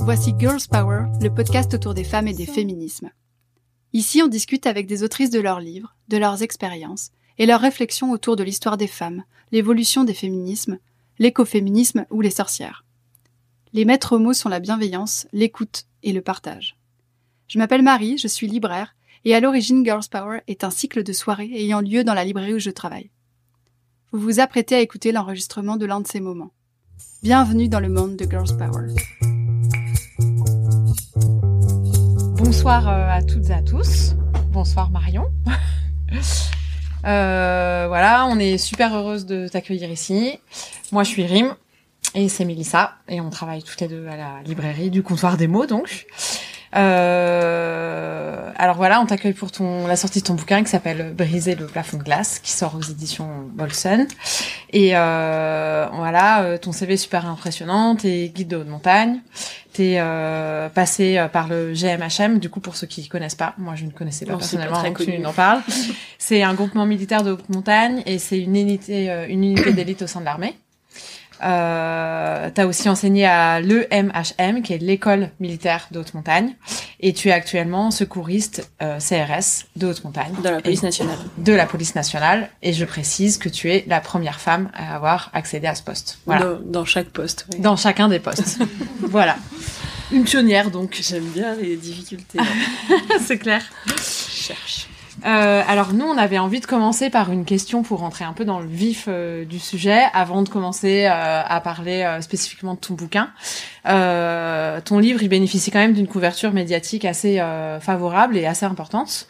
Voici Girls Power, le podcast autour des femmes et des féminismes. Ici, on discute avec des autrices de leurs livres, de leurs expériences et leurs réflexions autour de l'histoire des femmes, l'évolution des féminismes, l'écoféminisme ou les sorcières. Les maîtres mots sont la bienveillance, l'écoute et le partage. Je m'appelle Marie, je suis libraire et à l'origine Girls Power est un cycle de soirées ayant lieu dans la librairie où je travaille. Vous vous apprêtez à écouter l'enregistrement de l'un de ces moments. Bienvenue dans le monde de Girls Power. Bonsoir à toutes et à tous. Bonsoir Marion. Voilà, on est super heureuse de t'accueillir ici. Moi, je suis Rim et c'est Mélissa et on travaille toutes les deux à la librairie du Comptoir des mots, donc. Alors voilà, on t'accueille pour la sortie de ton bouquin qui s'appelle Briser le plafond de glace, qui sort aux éditions Bolson. Et voilà, ton CV est super impressionnant, t'es guide de haute montagne, t'es passé par le GMHM, du coup pour ceux qui connaissent pas, moi je ne connaissais pas personnellement, donc tu en parles. C'est un groupement militaire de haute montagne et c'est une unité d'élite au sein de l'armée. T'as aussi enseigné à l'EMHM, qui est l'école militaire de haute montagne, et tu es actuellement secouriste CRS de haute montagne. De la police nationale. De la police nationale, et je précise que tu es la première femme à avoir accédé à ce poste. Voilà. Dans chaque poste. Oui. Dans chacun des postes. Voilà. Une pionnière, donc. J'aime bien les difficultés. C'est clair. Je cherche. Alors nous, on avait envie de commencer par une question pour rentrer un peu dans le vif du sujet, avant de commencer à parler spécifiquement de ton bouquin. Ton livre, il bénéficie quand même d'une couverture médiatique assez favorable et assez importante.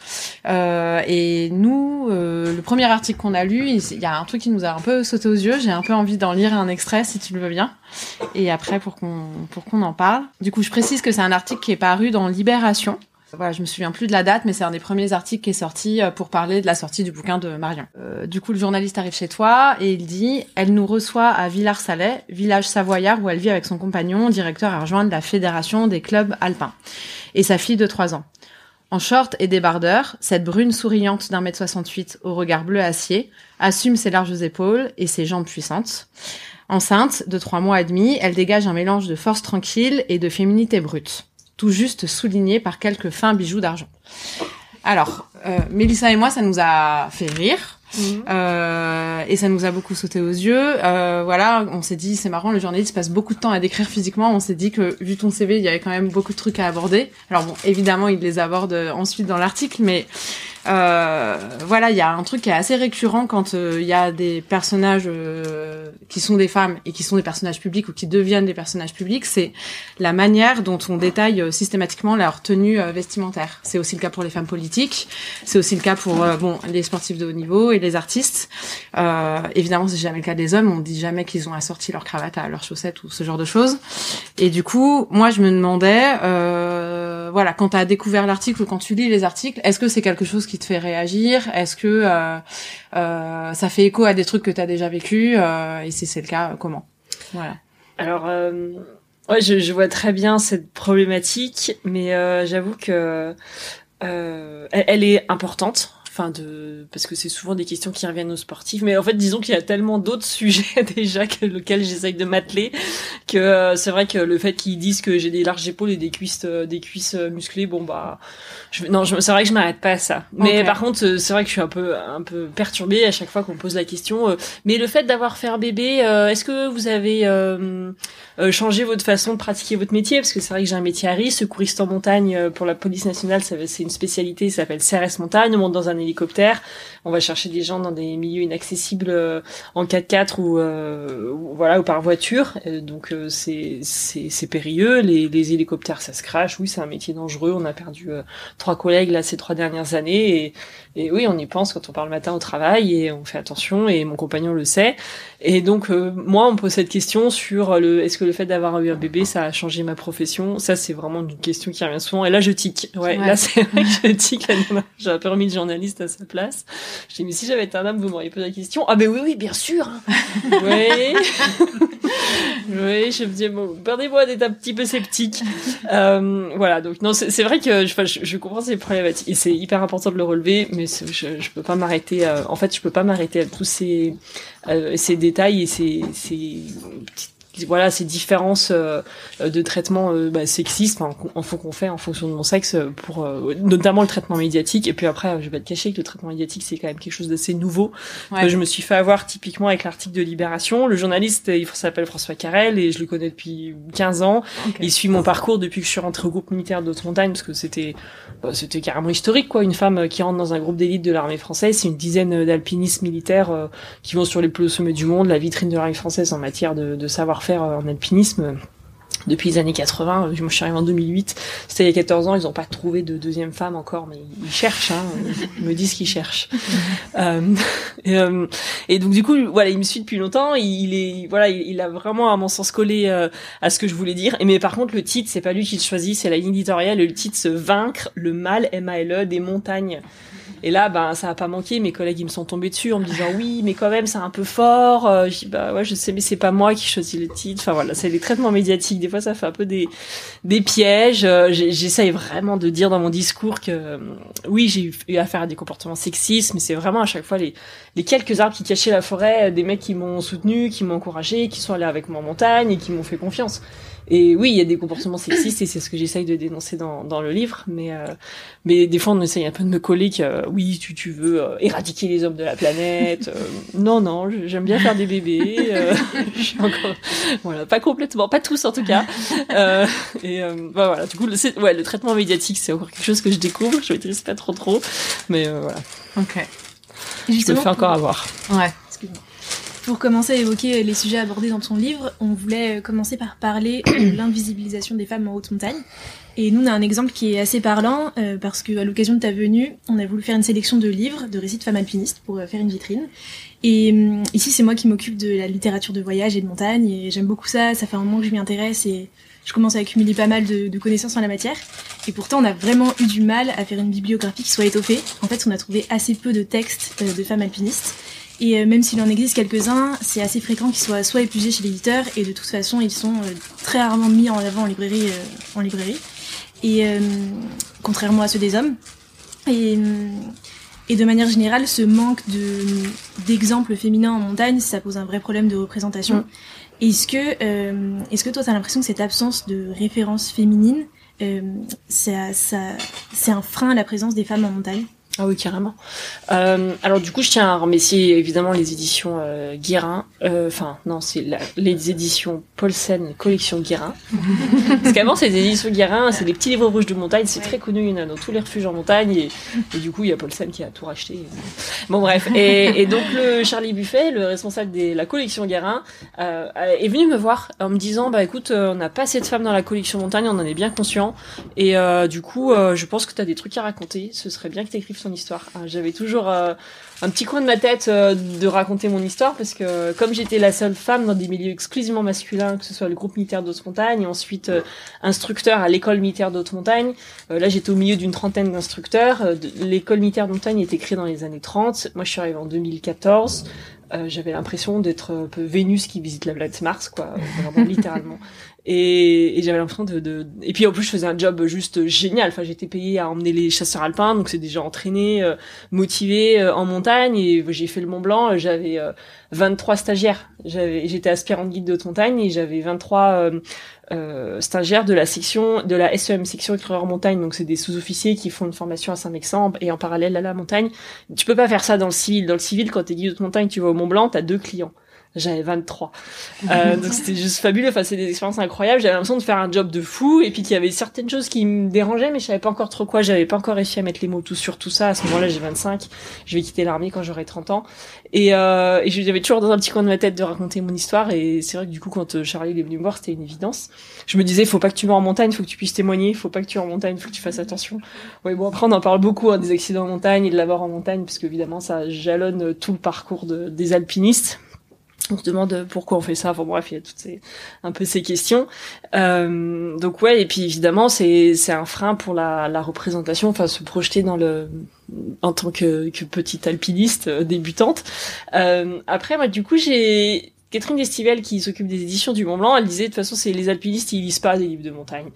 Et nous, le premier article qu'on a lu, il y a un truc qui nous a un peu sauté aux yeux. J'ai un peu envie d'en lire un extrait, si tu le veux bien. Et après, pour qu'on en parle. Du coup, je précise que c'est un article qui est paru dans Libération. Voilà, je me souviens plus de la date, mais c'est un des premiers articles qui est sorti pour parler de la sortie du bouquin de Marion. Du coup, le journaliste arrive chez toi et il dit « Elle nous reçoit à Villars-Salais, village savoyard où elle vit avec son compagnon, directeur adjoint de la Fédération des clubs alpins, et sa fille de 3 ans. En short et débardeur, cette brune souriante d'1m68 au regard bleu acier assume ses larges épaules et ses jambes puissantes. Enceinte de 3 mois et demi, elle dégage un mélange de force tranquille et de féminité brute. Tout juste souligné par quelques fins bijoux d'argent. » Alors, Mélissa et moi, ça nous a fait rire. Et ça nous a beaucoup sauté aux yeux. Voilà, on s'est dit, c'est marrant, le journaliste passe beaucoup de temps à décrire physiquement. On s'est dit que, vu ton CV, il y avait quand même beaucoup de trucs à aborder. Alors bon, évidemment, il les aborde ensuite dans l'article, mais voilà, il y a un truc qui est assez récurrent quand il y a des personnages qui sont des femmes et qui sont des personnages publics ou qui deviennent des personnages publics, c'est la manière dont on détaille systématiquement leur tenue vestimentaire. C'est aussi le cas pour les femmes politiques, c'est aussi le cas pour les sportifs de haut niveau et les artistes. Évidemment, c'est jamais le cas des hommes, on dit jamais qu'ils ont assorti leur cravate à leurs chaussettes ou ce genre de choses. Et du coup, moi je me demandais voilà, quand tu as découvert l'article ou quand tu lis les articles, est-ce que c'est quelque chose qui te fait réagir? Est-ce que ça fait écho à des trucs que tu as déjà vécu? Et si c'est le cas, comment? Voilà. Alors, ouais, je vois très bien cette problématique, mais j'avoue que elle est importante. Enfin parce que c'est souvent des questions qui reviennent aux sportifs, mais en fait disons qu'il y a tellement d'autres sujets déjà lequel j'essaye de m'atteler que c'est vrai que le fait qu'ils disent que j'ai des larges épaules et des cuisses musclées, bon bah c'est vrai que je m'arrête pas à ça. Mais Okay. Par contre c'est vrai que je suis un peu perturbée à chaque fois qu'on me pose la question. Mais le fait d'avoir fait un bébé, est-ce que vous avez changé votre façon de pratiquer votre métier? Parce que c'est vrai que j'ai un métier à risque, secouriste en montagne pour la police nationale, c'est une spécialité, ça s'appelle CRS montagne. On monte dans un hélicoptère, on va chercher des gens dans des milieux inaccessibles en 4x4 ou voilà, ou par voiture. Donc c'est périlleux, les hélicoptères ça se crache, oui, c'est un métier dangereux. On a perdu 3 collègues là ces 3 dernières années et oui, on y pense quand on part le matin au travail et on fait attention et mon compagnon le sait. Et donc moi on me pose cette question sur est-ce que le fait d'avoir eu un bébé ça a changé ma profession? Ça c'est vraiment une question qui revient souvent et là je tique. Ouais. Là c'est vrai que je tique. J'ai un peu remis le journaliste à sa place. Je dis mais si j'avais été un homme vous m'auriez posé la question. Ah ben oui bien sûr. Oui. Oui, je me dis bon, perdez-moi d'être un petit peu sceptique. Voilà, donc non, c'est vrai que je comprends ces problématiques et c'est hyper important de le relever, mais je peux pas m'arrêter. En fait, je peux pas m'arrêter à tous ces détails et ces voilà ces différences de traitement sexiste, en faut qu'on fait en fonction de mon sexe pour notamment le traitement médiatique. Et puis après, je vais pas te cacher que le traitement médiatique c'est quand même quelque chose d'assez nouveau. Je me suis fait avoir typiquement avec l'article de Libération. Le journaliste il s'appelle François Carrel et je le connais depuis 15 ans. Il suit mon parcours depuis que je suis rentrée au groupe militaire de Haute-Montagne parce que c'était carrément historique quoi. Une femme qui rentre dans un groupe d'élite de l'armée française, c'est une dizaine d'alpinistes militaires qui vont sur les plus hauts sommets du monde, la vitrine de l'armée française en matière de savoir-faire en alpinisme depuis les années 80. Moi, je suis arrivée en 2008. C'était il y a 14 ans. Ils n'ont pas trouvé de deuxième femme encore, mais ils cherchent. Ils me disent qu'ils cherchent. Et donc du coup, voilà, il me suit depuis longtemps. Il a vraiment, à mon sens, collé à ce que je voulais dire. Mais par contre, le titre, c'est pas lui qui le choisit, c'est la ligne éditoriale. Et le titre, se vaincre le mal, M-A-L-E, des montagnes. Et là, ça a pas manqué. Mes collègues, ils me sont tombés dessus en me disant oui, mais quand même, c'est un peu fort. Je dis ouais, je sais, mais c'est pas moi qui choisis le titre. Enfin voilà, c'est les traitements médiatiques. Des fois, ça fait un peu des pièges. J'essaye vraiment de dire dans mon discours que oui, j'ai eu affaire à des comportements sexistes, mais c'est vraiment à chaque fois les quelques arbres qui cachaient la forêt, des mecs qui m'ont soutenu, qui m'ont encouragé, qui sont allés avec moi en montagne et qui m'ont fait confiance. Et oui, il y a des comportements sexistes et c'est ce que j'essaye de dénoncer dans le livre, mais des fois on essaye un peu de me coller que oui, tu veux éradiquer les hommes de la planète. Non, j'aime bien faire des bébés. Je suis encore voilà, pas complètement, pas tous en tout cas. Voilà, du coup le traitement médiatique, c'est encore quelque chose que je découvre, je maîtrise pas trop, mais voilà. OK. Je me fais encore avoir. Ouais. Excuse-moi. Pour commencer à évoquer les sujets abordés dans ton livre, on voulait commencer par parler de l'invisibilisation des femmes en haute montagne. Et nous, on a un exemple qui est assez parlant, parce que à l'occasion de ta venue, on a voulu faire une sélection de livres, de récits de femmes alpinistes, pour faire une vitrine. Et ici, c'est moi qui m'occupe de la littérature de voyage et de montagne, et j'aime beaucoup ça, ça fait un moment que je m'y intéresse, et je commence à accumuler pas mal de connaissances en la matière. Et pourtant, on a vraiment eu du mal à faire une bibliographie qui soit étoffée. En fait, on a trouvé assez peu de textes de femmes alpinistes. Et même s'il en existe quelques-uns, c'est assez fréquent qu'ils soient soit épluchés chez l'éditeur, et de toute façon, ils sont très rarement mis en avant en librairie. Et contrairement à ceux des hommes. Et de manière générale, ce manque d'exemples féminins en montagne, ça pose un vrai problème de représentation. Est-ce que toi, t'as l'impression que cette absence de références féminines, c'est un frein à la présence des femmes en montagne ? Ah oui, carrément. Alors du coup, je tiens à remercier évidemment les éditions Guérin. C'est les éditions Paulsen, collection Guérin. Parce qu'avant, ces éditions Guérin, c'est des petits livres rouges de montagne, c'est très connu, il y en a dans tous les refuges en montagne, et du coup, il y a Paulsen qui a tout racheté. Bon bref, et donc le Charlie Buffet, le responsable de la collection Guérin, est venu me voir en me disant, écoute, on n'a pas assez de femmes dans la collection montagne, on en est bien conscient, et du coup, je pense que t'as des trucs à raconter, ce serait bien que t'écrives son histoire. J'avais toujours un petit coin de ma tête de raconter mon histoire, parce que comme j'étais la seule femme dans des milieux exclusivement masculins, que ce soit le groupe militaire d'Haute-Montagne et ensuite instructeur à l'école militaire d'Haute-Montagne, là j'étais au milieu d'une trentaine d'instructeurs. L'école militaire d'Haute-Montagne était créée dans les années 30, moi je suis arrivée en 2014. J'avais l'impression d'être un peu Vénus qui visite la planète Mars, quoi, vraiment littéralement. Et j'avais l'impression et puis en plus je faisais un job juste génial. Enfin, j'étais payée à emmener les chasseurs alpins, donc c'est des gens entraînés, motivés en montagne, et j'ai fait le Mont Blanc. J'avais 23 stagiaires. J'étais aspirante guide de haute montagne et j'avais 23 stagiaires de la SEM, section éclaireur montagne. Donc c'est des sous-officiers qui font une formation à Saint-Mexan et en parallèle à la montagne. Tu peux pas faire ça dans le civil. Dans le civil, quand t'es guide de haute montagne, tu vas au Mont Blanc, t'as 2 clients. J'avais 23. Donc c'était juste fabuleux. Enfin, c'est des expériences incroyables. J'avais l'impression de faire un job de fou, et puis qu'il y avait certaines choses qui me dérangeaient, mais je savais pas encore trop quoi. J'avais pas encore réussi à mettre les mots sur tout ça. À ce moment-là, j'ai 25. Je vais quitter l'armée quand j'aurai 30 ans. Et j'avais toujours dans un petit coin de ma tête de raconter mon histoire. Et c'est vrai que du coup, quand Charlie est venu me voir, c'était une évidence. Je me disais, faut pas que tu vas en montagne, faut que tu puisses témoigner. Faut pas que tu vas en montagne, faut que tu fasses attention. Ouais, bon, après, on en parle beaucoup, des accidents en montagne et de la mort en montagne, parce qu'évidemment, ça jalonne tout le parcours des alpinistes. On se demande pourquoi on fait ça. Enfin bref, il y a un peu ces questions. Donc ouais, et puis évidemment c'est un frein pour la représentation, enfin se projeter en tant que petite alpiniste débutante. Après moi du coup j'ai Catherine Destivelle qui s'occupe des éditions du Mont Blanc, elle disait de toute façon c'est les alpinistes, ils lisent pas des livres de montagne.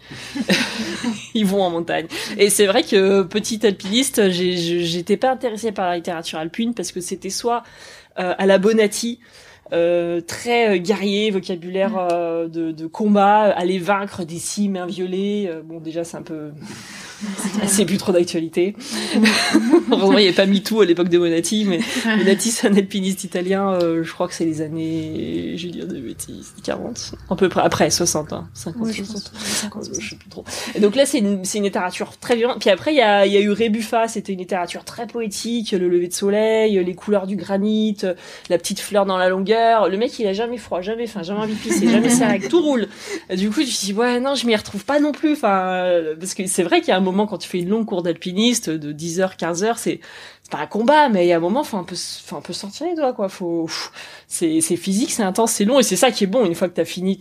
Ils vont en montagne. Et c'est vrai que petite alpiniste, j'étais pas intéressée par la littérature alpine parce que c'était soit à la Bonatti, très guerrier, vocabulaire de combat, aller vaincre des cimes inviolées. Bon, déjà c'est un peu c'est plus trop d'actualité. Heureusement, il n'y avait pas MeToo à l'époque de Monati, mais Monati, c'est un alpiniste italien, je crois que c'est les années, je vais dire des bêtises, 40, à peu près, après, 60, hein, 50, Ouais, 60. 50. Je sais plus trop. Et donc là, c'est une littérature très violente. Puis après, il y a eu Rébuffa, c'était une littérature très poétique, le lever de soleil, les couleurs du granit, la petite fleur dans la longueur. Le mec, il a jamais froid, jamais faim, jamais envie de pisser, jamais sérieux, tout roule. Et du coup, je me suis dit, ouais, non, je m'y retrouve pas non plus, parce que c'est vrai qu'il y a un moment quand tu fais une longue cour d'alpiniste de 10 heures, 15 heures, c'est pas un combat, mais il y a un moment, faut un peu sortir les doigts, quoi. C'est physique, c'est intense, c'est long, et c'est ça qui est bon. Une fois que t'as fini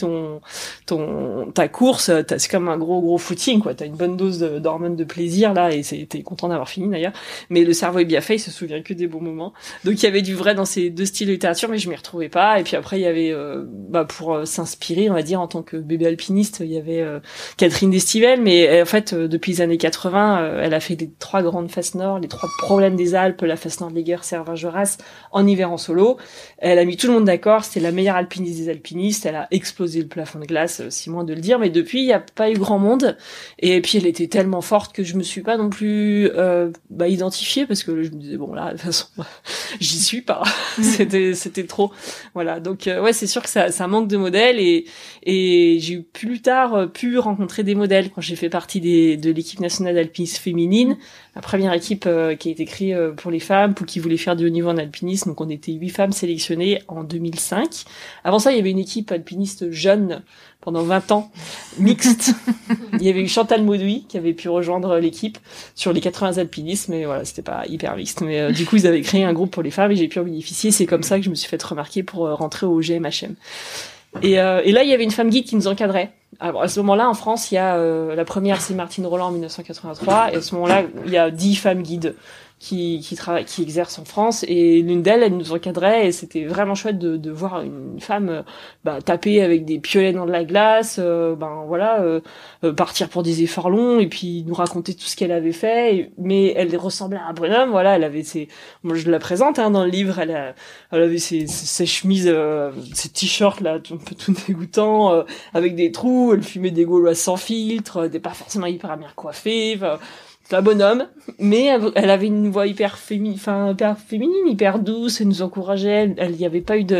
ta course, c'est comme un gros footing, quoi. T'as une bonne dose d'hormones de plaisir, là, et t'es content d'avoir fini, d'ailleurs. Mais le cerveau est bien fait, il se souvient que des bons moments. Donc, il y avait du vrai dans ces deux styles de littérature, mais je m'y retrouvais pas. Et puis après, il y avait, pour s'inspirer, on va dire, en tant que bébé alpiniste, il y avait Catherine Destivelle, mais en fait, depuis les années 80, elle a fait les 3 grandes faces nord, les 3 problèmes des Alpes, la face nord de l'Eger, Cervin-Geras, en hiver en solo. Elle a mis tout le monde d'accord, c'était la meilleure alpiniste des alpinistes, elle a explosé le plafond de glace, si moins de le dire, mais depuis, il n'y a pas eu grand monde. Et puis, elle était tellement forte que je me suis pas non plus identifiée, parce que je me disais, bon, là, de toute façon, j'y suis pas. C'était trop. Voilà, donc ouais, c'est sûr que ça manque de modèles, et j'ai eu plus tard pu rencontrer des modèles quand j'ai fait partie de l'équipe nationale d'alpinisme féminine, la première équipe qui a été créée pour les femmes, pour qui voulaient faire du haut niveau en alpinisme. Donc on était 8 femmes sélectionnées en 2005. Avant ça, il y avait une équipe alpiniste jeune pendant 20 ans, mixte. Il y avait eu Chantal Mauduit qui avait pu rejoindre l'équipe sur les 80 alpinistes, mais voilà, c'était pas hyper mixte. Mais du coup, ils avaient créé un groupe pour les femmes et j'ai pu en bénéficier. C'est comme ça que je me suis fait remarquer pour rentrer au GMHM. Et là, il y avait une femme guide qui nous encadrait. Alors, à ce moment-là, en France, il y a la première, c'est Martine Roland en 1983, et à ce moment-là, il y a 10 femmes guides qui exercent en France, et l'une d'elles, elle nous encadrait, et c'était vraiment chouette de voir une femme taper avec des piolets dans de la glace, partir pour des efforts longs, et puis nous raconter tout ce qu'elle avait fait. Mais elle ressemblait à un bonhomme, voilà. Elle avait moi je la présente dans le livre, elle avait ses chemises, ses t-shirts là, un peu tout dégoûtants, avec des trous. Elle fumait des gauloises sans filtre, elle était pas forcément hyper bien coiffée. C'est un bonhomme, mais elle avait une voix hyper féminine, hyper douce. Elle nous encourageait. Il y avait pas de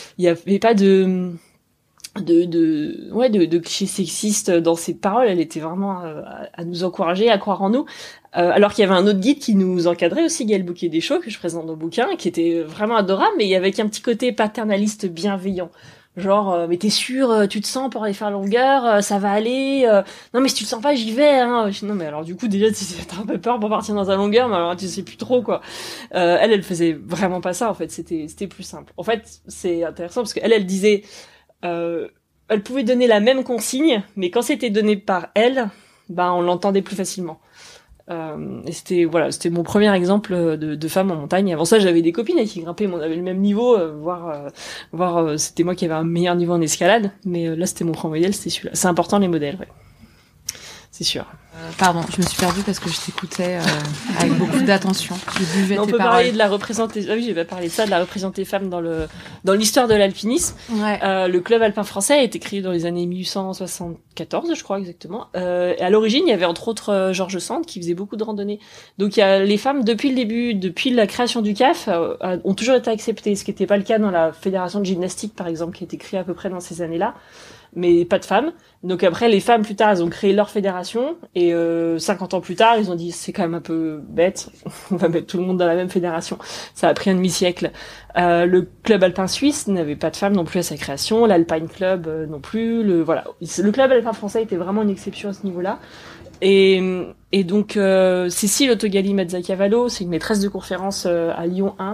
clichés sexistes dans ses paroles. Elle était vraiment à nous encourager, à croire en nous. Alors qu'il y avait un autre guide qui nous encadrait aussi, Gaël Bouquet-Deschaux, que je présente dans le bouquin, qui était vraiment adorable, mais avec un petit côté paternaliste bienveillant. Genre, mais t'es sûr, tu te sens pour aller faire longueur, ça va aller, non mais si tu te sens pas, j'y vais, hein. Non mais alors du coup, déjà, t'as un peu peur pour partir dans ta longueur, mais alors tu sais plus trop, quoi. Elle faisait vraiment pas ça, en fait, c'était plus simple. En fait, c'est intéressant parce que elle disait, elle pouvait donner la même consigne, mais quand c'était donné par elle, on l'entendait plus facilement. Et c'était mon premier exemple de femme en montagne. Avant ça, j'avais des copines qui grimpaient, mais on avait le même niveau, voire c'était moi qui avais un meilleur niveau en escalade, mais là c'était mon premier modèle, c'était celui-là. C'est important les modèles, ouais. C'est sûr. Pardon, je me suis perdue parce que je t'écoutais avec beaucoup d'attention. Je buvais on tes peut paroles. Parler de la représenter. Ah oui, je vais parler de ça, de la représenter femme dans l'histoire de l'alpinisme. Ouais. Le club alpin français a été créé dans les années 1874, je crois exactement. Et à l'origine, il y avait entre autres Georges Sand qui faisait beaucoup de randonnées. Donc les femmes depuis le début, depuis la création du CAF, ont toujours été acceptées, ce qui n'était pas le cas dans la fédération de gymnastique par exemple, qui a été créée à peu près dans ces années-là. Mais pas de femmes. Donc après, les femmes, plus tard, elles ont créé leur fédération, et 50 ans plus tard, ils ont dit, c'est quand même un peu bête, on va mettre tout le monde dans la même fédération. Ça a pris un demi-siècle. Le club alpin suisse n'avait pas de femmes non plus à sa création, l'Alpine Club non plus, le club alpin français était vraiment une exception à ce niveau-là. Et donc, Cécile Autogali-Mazzacavallo, c'est une maîtresse de conférence à Lyon 1,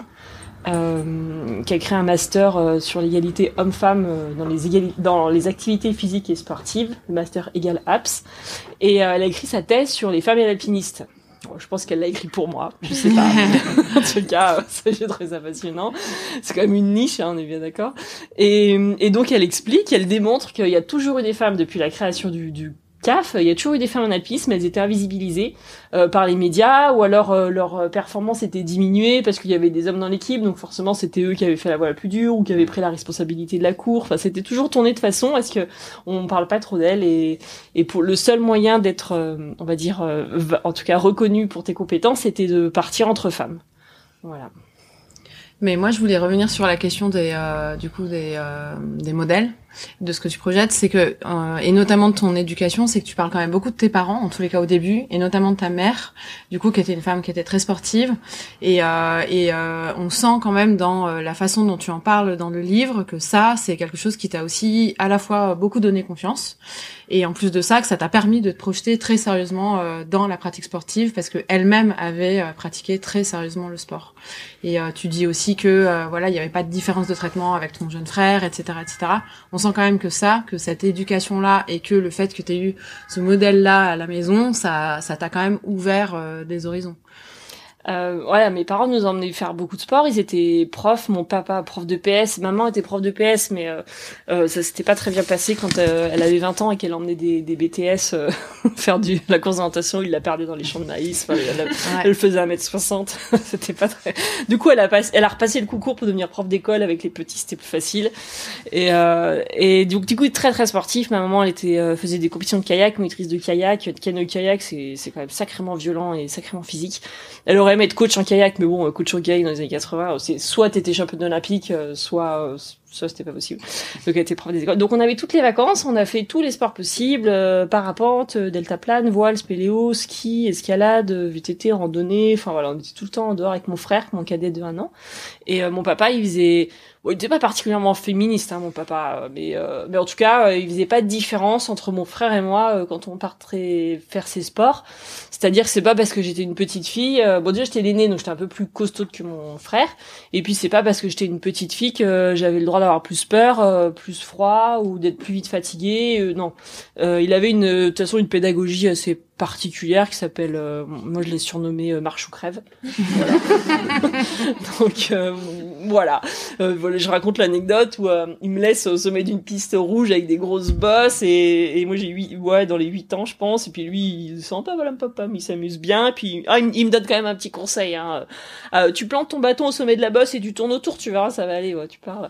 qui a créé un master sur l'égalité homme-femme dans les activités physiques et sportives, le master égal APS, et elle a écrit sa thèse sur les femmes et l'alpiniste. Je pense qu'elle l'a écrit pour moi, je sais pas. En tout cas, j'ai trouvé ça passionnant. C'est quand même une niche, on est bien d'accord. Et donc elle explique, elle démontre qu'il y a toujours eu des femmes depuis la création du CAF, il y a toujours eu des femmes en alpinisme, elles étaient invisibilisées par les médias, ou alors leur performance était diminuée parce qu'il y avait des hommes dans l'équipe, donc forcément c'était eux qui avaient fait la voie la plus dure ou qui avaient pris la responsabilité de la cour. Enfin, c'était toujours tourné de façon à ce que on parle pas trop d'elles, et pour le seul moyen d'être, on va dire, en tout cas reconnu pour tes compétences, c'était de partir entre femmes. Voilà. Mais moi, je voulais revenir sur la question des modèles, de ce que tu projettes, c'est que et notamment de ton éducation, c'est que tu parles quand même beaucoup de tes parents, en tous les cas au début, et notamment de ta mère, du coup, qui était une femme qui était très sportive, et on sent quand même dans la façon dont tu en parles dans le livre que ça, c'est quelque chose qui t'a aussi à la fois beaucoup donné confiance, et en plus de ça, que ça t'a permis de te projeter très sérieusement dans la pratique sportive, parce que elle-même avait pratiqué très sérieusement le sport. Et tu dis aussi que voilà, il y avait pas de différence de traitement avec ton jeune frère, etc., etc. On sent quand même que cette éducation-là, et que le fait que tu aies eu ce modèle-là à la maison, ça t'a quand même ouvert des horizons. Voilà, mes parents nous emmenaient faire beaucoup de sport. Ils étaient profs, mon papa prof de PS, maman était prof de PS, mais ça s'était pas très bien passé quand elle avait 20 ans et qu'elle emmenait des BTS faire la course d'orientation. Il la perdait dans les champs de maïs. Enfin, elle faisait 1m60. C'était pas très... Du coup, elle a repassé le concours pour devenir prof d'école avec les petits, c'était plus facile. Et donc, du coup, très très sportif. Ma maman, elle faisait des compétitions de kayak, maîtrise de kayak, de canoë-kayak. C'est quand même sacrément violent et sacrément physique. Elle aurait aimé être coach en kayak, mais bon, coach en kayak dans les années 80, c'est soit t'étais championne olympique, soit c'était pas possible. Donc elle était prof des écoles. Donc on avait toutes les vacances, on a fait tous les sports possibles, parapente, deltaplane, voile, spéléo, ski, escalade, VTT, randonnée, enfin voilà, on était tout le temps en dehors avec mon frère, mon cadet de 1 an. Et mon papa, il était pas particulièrement féministe, mon papa, mais en tout cas, il faisait pas de différence entre mon frère et moi quand on partait faire ces sports. C'est-à-dire que c'est pas parce que j'étais une petite fille, bon déjà j'étais l'aînée, donc j'étais un peu plus costaude que mon frère, et puis c'est pas parce que j'étais une petite fille que j'avais le droit d'avoir plus peur, plus froid, ou d'être plus vite fatiguée, non. Il avait de toute façon une pédagogie assez particulière qui s'appelle, moi je l'ai surnommé marche ou crève. Voilà. Donc voilà. Je raconte l'anecdote où il me laisse au sommet d'une piste rouge avec des grosses bosses, et moi j'ai dans les 8 ans je pense, et puis lui il sent pas voilà papa, mais il s'amuse bien, et puis il me donne quand même un petit conseil, tu plantes ton bâton au sommet de la bosse et tu tournes autour, tu verras ça va aller, tu parles.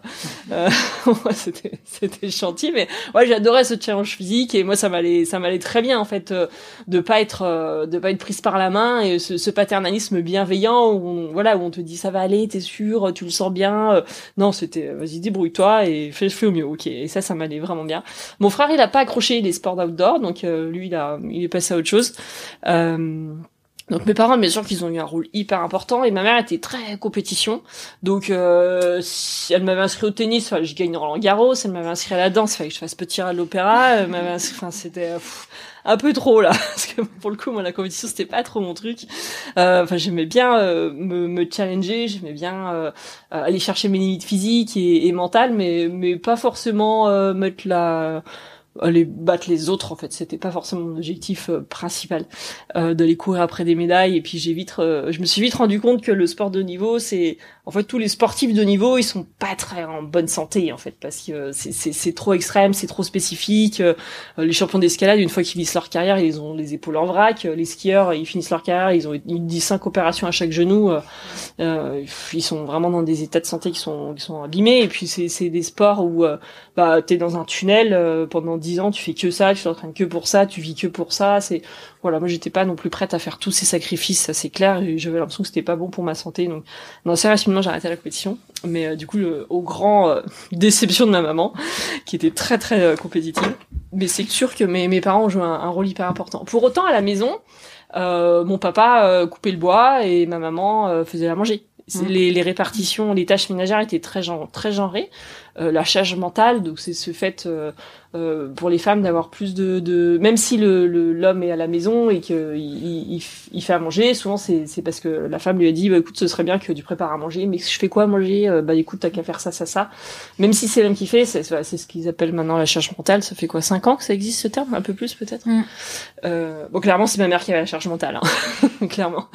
C'était gentil, mais ouais, j'adorais ce challenge physique, et moi ça m'allait très bien en fait, de pas être prise par la main, et ce paternalisme bienveillant où on te dit ça va aller, t'es sûr, tu le sens bien. Non, c'était vas-y débrouille-toi et fais au mieux. OK, et ça m'allait vraiment bien. Mon frère, il a pas accroché les sports d'outdoor, donc lui il est passé à autre chose. Donc mes parents, bien sûr qu'ils ont eu un rôle hyper important, et ma mère était très compétition. Donc elle m'avait inscrit au tennis, fallait que je gagne Roland Garros, elle m'avait inscrit à la danse, fallait que je fasse petit à l'opéra, elle m'avait inscrit, c'était un peu trop là, parce que pour le coup moi la compétition c'était pas trop mon truc. J'aimais bien me challenger, j'aimais bien aller chercher mes limites physiques et mentales, mais pas forcément aller battre les autres. En fait, c'était pas forcément mon objectif principal, d'aller courir après des médailles. Et puis je me suis vite rendu compte que le sport de haut niveau, c'est en fait tous les sportifs de haut niveau, ils sont pas très en bonne santé en fait, parce que c'est trop extrême, c'est trop spécifique. Les champions d'escalade, une fois qu'ils finissent leur carrière, ils ont les épaules en vrac. Les skieurs, ils finissent leur carrière, ils ont 5 opérations à chaque genou. Ils sont vraiment dans des états de santé qui sont abîmés. Et puis c'est des sports où t'es dans un tunnel pendant 10 ans, tu fais que ça, tu t'entraînes que pour ça, tu vis que pour ça. Moi j'étais pas non plus prête à faire tous ces sacrifices, ça c'est clair, et j'avais l'impression que c'était pas bon pour ma santé. Donc non, sérieusement, j'ai arrêté la compétition, mais du coup au grand déception de ma maman qui était très très compétitive. Mais c'est sûr que mes parents ont joué un rôle hyper important. Pour autant, à la maison, mon papa coupait le bois et ma maman faisait à manger. Les répartitions, les tâches ménagères étaient très genrées. La charge mentale, donc c'est ce fait pour les femmes d'avoir plus de même si l'homme est à la maison et que il fait à manger, souvent c'est parce que la femme lui a dit écoute, ce serait bien que tu prépares à manger, mais je fais quoi à manger, écoute, t'as qu'à faire ça, même si c'est l'homme qui fait, c'est ce qu'ils appellent maintenant la charge mentale. Ça fait 5 ans que ça existe, ce terme, un peu plus peut-être. Bon, clairement c'est ma mère qui avait la charge mentale, clairement.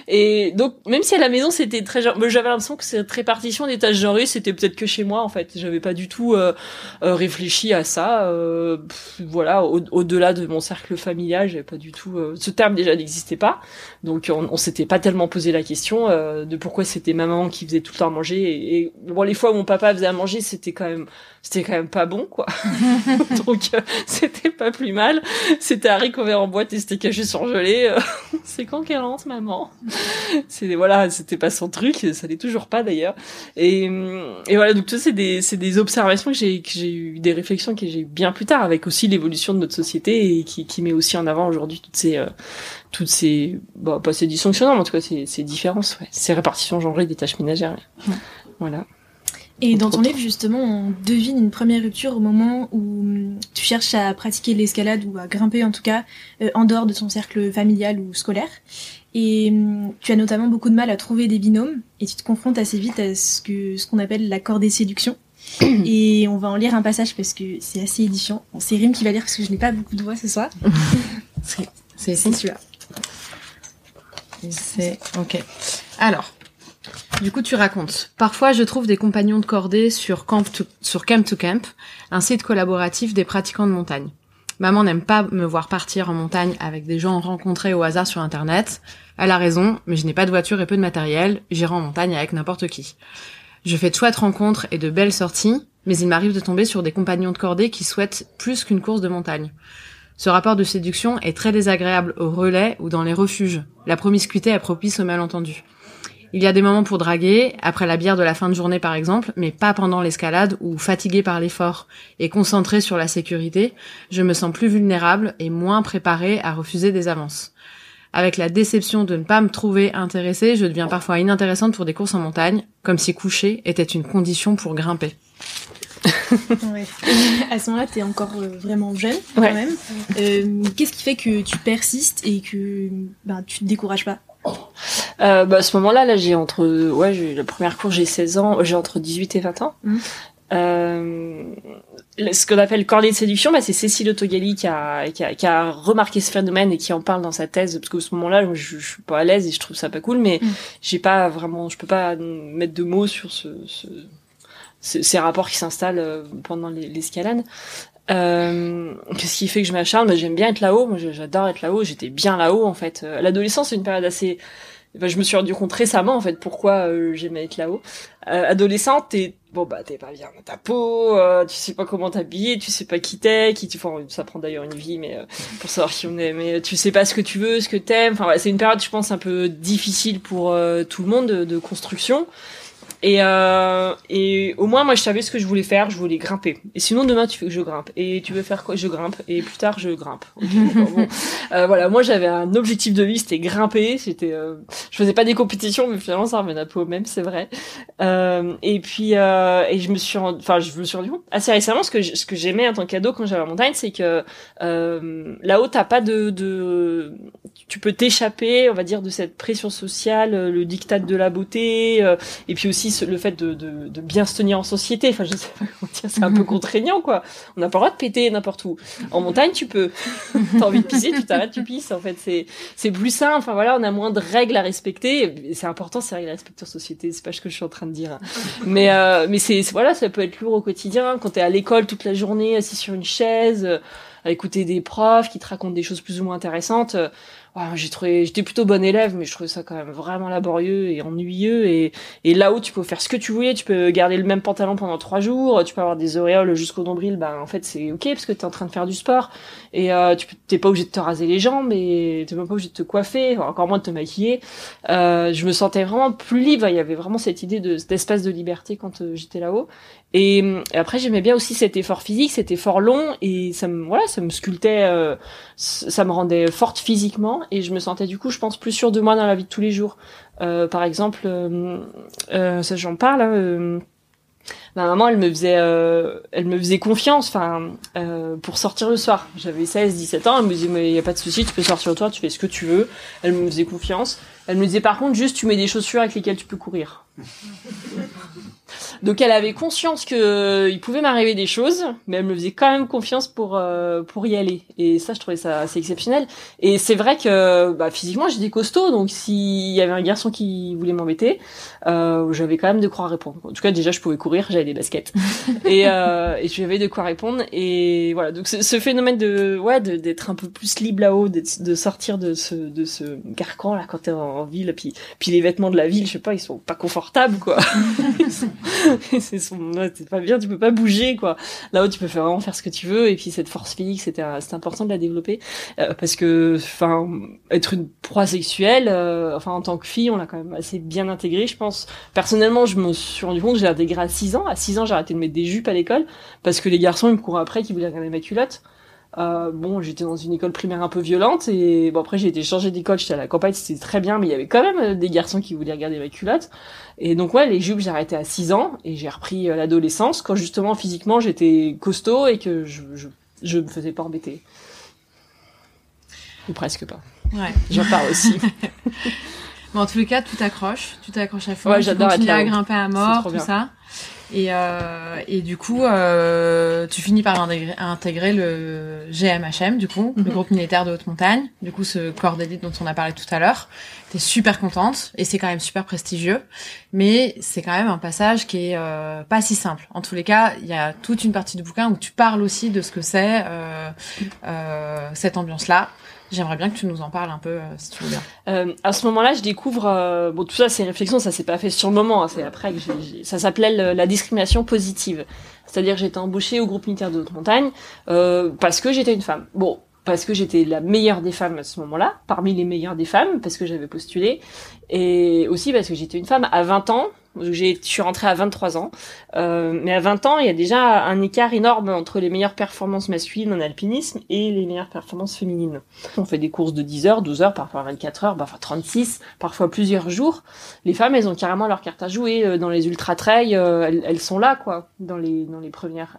Et donc, même si à la maison c'était très genre, j'avais l'impression que cette répartition des tâches genrées, c'était peut-être que chez moi en fait. J'avais pas du tout réfléchi à ça. Voilà, au-delà de mon cercle familial, j'avais pas du tout. Ce terme déjà n'existait pas, donc on s'était pas tellement posé la question de pourquoi c'était ma maman qui faisait tout le temps à manger. Et bon, les fois où mon papa faisait à manger, c'était quand même pas bon, quoi. Donc c'était pas plus mal. C'était haricots verts en boîte et c'était caché surgelé. C'est quand qu'elle rentre, maman? C'était pas son truc, ça l'est toujours pas d'ailleurs. Et voilà, donc tout ça, c'est des observations que j'ai eu, des réflexions que j'ai eu bien plus tard, avec aussi l'évolution de notre société et qui met aussi en avant aujourd'hui toutes ces pas ces dysfonctionnements, mais en tout cas ces différences, ces répartitions genrées des tâches ménagères. Ouais. Voilà. Et dans ton livre, justement, on devine une première rupture au moment où tu cherches à pratiquer l'escalade, ou à grimper en tout cas, en dehors de ton cercle familial ou scolaire. Et tu as notamment beaucoup de mal à trouver des binômes, et tu te confrontes assez vite à ce qu'on appelle la cordée séduction. Et on va en lire un passage parce que c'est assez édifiant. Bon, c'est Rim qui va lire parce que je n'ai pas beaucoup de voix ce soir. C'est celui-là. C'est ok. Alors, du coup, tu racontes. Parfois, je trouve des compagnons de cordée sur Camp to Camp, un site collaboratif des pratiquants de montagne. Maman n'aime pas me voir partir en montagne avec des gens rencontrés au hasard sur Internet. Elle a raison, mais je n'ai pas de voiture et peu de matériel. J'irai en montagne avec n'importe qui. Je fais de chouettes rencontres et de belles sorties, mais il m'arrive de tomber sur des compagnons de cordée qui souhaitent plus qu'une course de montagne. Ce rapport de séduction est très désagréable au relais ou dans les refuges. La promiscuité est propice aux malentendus. Il y a des moments pour draguer, après la bière de la fin de journée par exemple, mais pas pendant l'escalade où, fatiguée par l'effort et concentrée sur la sécurité, je me sens plus vulnérable et moins préparée à refuser des avances. Avec la déception de ne pas me trouver intéressée, je deviens parfois inintéressante pour des courses en montagne, comme si coucher était une condition pour grimper. Ouais. À ce moment-là, t'es encore vraiment jeune, quand même. Qu'est-ce qui fait que tu persistes et que tu te décourages pas? À ce moment-là, j'ai la première course, j'ai 16 ans, j'ai entre 18 et 20 ans. Ce qu'on appelle cordée de séduction, c'est Cécile Autogali qui a remarqué ce phénomène et qui en parle dans sa thèse, parce qu'à ce moment-là, je suis pas à l'aise et je trouve ça pas cool, mais je peux pas mettre de mots sur ces rapports qui s'installent pendant l'escalade. Qu'est-ce qui fait que je m'acharne? J'aime bien être là-haut. Moi, j'adore être là-haut. J'étais bien là-haut, en fait. L'adolescence, c'est une période assez... je me suis rendu compte récemment, en fait, pourquoi j'aimais être là-haut. Adolescente, t'es pas bien dans ta peau, tu sais pas comment t'habiller, tu sais pas qui t'es, ça prend d'ailleurs une vie, mais pour savoir qui on est, mais tu sais pas ce que tu veux, ce que t'aimes. Enfin, c'est une période, je pense, un peu difficile pour tout le monde de construction. Et au moins moi je savais ce que je voulais faire, je voulais grimper. Et sinon demain tu veux que je grimpe. Et tu veux faire quoi? Je grimpe. Et plus tard je grimpe. Okay, voilà, moi j'avais un objectif de vie, c'était grimper. Je faisais pas des compétitions, mais finalement ça revenait un peu au même, c'est vrai. Et je me suis rendu compte assez récemment ce que j'aimais en tant qu'ado quand j'allais à la montagne, c'est que là-haut t'as pas tu peux t'échapper, on va dire, de cette pression sociale, le diktat de la beauté, et puis aussi le fait de bien se tenir en société. Enfin, je sais pas comment dire, c'est un peu contraignant, quoi. On n'a pas le droit de péter n'importe où. En montagne, tu peux. T'as envie de pisser, tu t'arrêtes, tu pisses. En fait, c'est plus simple. Enfin, voilà, on a moins de règles à respecter. Et c'est important, ces règles à respecter en société. C'est pas ce que je suis en train de dire. Mais voilà, ça peut être lourd au quotidien. Quand t'es à l'école toute la journée, assis sur une chaise, à écouter des profs qui te racontent des choses plus ou moins intéressantes. J'étais plutôt bonne élève, mais je trouvais ça quand même vraiment laborieux et ennuyeux. Et là-haut, tu peux faire ce que tu voulais, tu peux garder le même pantalon pendant 3 jours, tu peux avoir des auréoles jusqu'au nombril. En fait, c'est ok parce que t'es en train de faire du sport et t'es pas obligé de te raser les jambes et t'es même pas obligé de te coiffer, encore moins de te maquiller. Je me sentais vraiment plus libre. Il y avait vraiment cette idée d'espace de liberté quand j'étais là-haut. Et après, j'aimais bien aussi cet effort physique, cet effort long, et ça me sculptait, ça me rendait forte physiquement, et je me sentais du coup, je pense, plus sûre de moi dans la vie de tous les jours. Par exemple, ça j'en parle, ma maman, elle me faisait confiance, pour sortir le soir. J'avais 16-17 ans, elle me disait, mais y a pas de souci, tu peux sortir le soir, tu fais ce que tu veux. Elle me faisait confiance. Elle me disait, par contre, juste, tu mets des chaussures avec lesquelles tu peux courir. Donc elle avait conscience que il pouvait m'arriver des choses, mais elle me faisait quand même confiance pour y aller. Et ça, je trouvais ça assez exceptionnel. Et c'est vrai que physiquement, j'étais costaud, donc s'il y avait un garçon qui voulait m'embêter, j'avais quand même de quoi répondre. En tout cas, déjà, je pouvais courir, j'avais des baskets, et j'avais de quoi répondre. Et voilà, donc ce phénomène d'être un peu plus libre là-haut, de sortir de ce carcan là quand t'es en ville, puis les vêtements de la ville, je sais pas, ils sont pas confortables, quoi. C'est pas bien, tu peux pas bouger, quoi. Là-haut, tu peux vraiment faire ce que tu veux, et puis cette force physique, c'est important de la développer, parce que, être une proie sexuelle, en tant que fille, on l'a quand même assez bien intégré, je pense. Personnellement, je me suis rendu compte que j'ai intégré à 6 ans. À 6 ans, j'ai arrêté de mettre des jupes à l'école, parce que les garçons, ils me couraient après, qui voulaient regarder ma culotte. J'étais dans une école primaire un peu violente, et après j'ai été changée d'école, j'étais à la campagne, c'était très bien, mais il y avait quand même des garçons qui voulaient regarder ma culotte. Et donc les jupes, j'ai arrêté à 6 ans, et j'ai repris l'adolescence, quand justement physiquement j'étais costaud et que je me faisais pas embêter. Ou presque pas. Ouais. J'en parle aussi. Bon, en tous les cas, tout t'accroches à fond. Ouais, j'adore tu continues être à grimper à mort, tout ça. Et du coup, tu finis par intégrer le GMHM, du coup, le groupe militaire de haute montagne. Du coup, ce corps d'élite dont on a parlé tout à l'heure. T'es super contente, et c'est quand même super prestigieux. Mais c'est quand même un passage qui est pas si simple. En tous les cas, il y a toute une partie du bouquin où tu parles aussi de ce que c'est cette ambiance-là. J'aimerais bien que tu nous en parles un peu, si tu veux bien. À ce moment-là, je découvre... tout ça, ces réflexions, ça s'est pas fait sur le moment. Hein, c'est après que ça s'appelait la discrimination positive. C'est-à-dire que j'étais embauchée au groupe militaire de haute montagne parce que j'étais une femme. Bon, parce que j'étais la meilleure des femmes à ce moment-là, parmi les meilleures des femmes, parce que j'avais postulé. Et aussi parce que j'étais une femme à 20 ans. Je suis rentrée à 23 ans. Mais à 20 ans, il y a déjà un écart énorme entre les meilleures performances masculines en alpinisme et les meilleures performances féminines. On fait des courses de 10 heures, 12 heures, parfois 24 heures, parfois 36, parfois plusieurs jours. Les femmes, elles ont carrément leur carte à jouer. Dans les ultra-trails, elles sont là, quoi, dans les premières...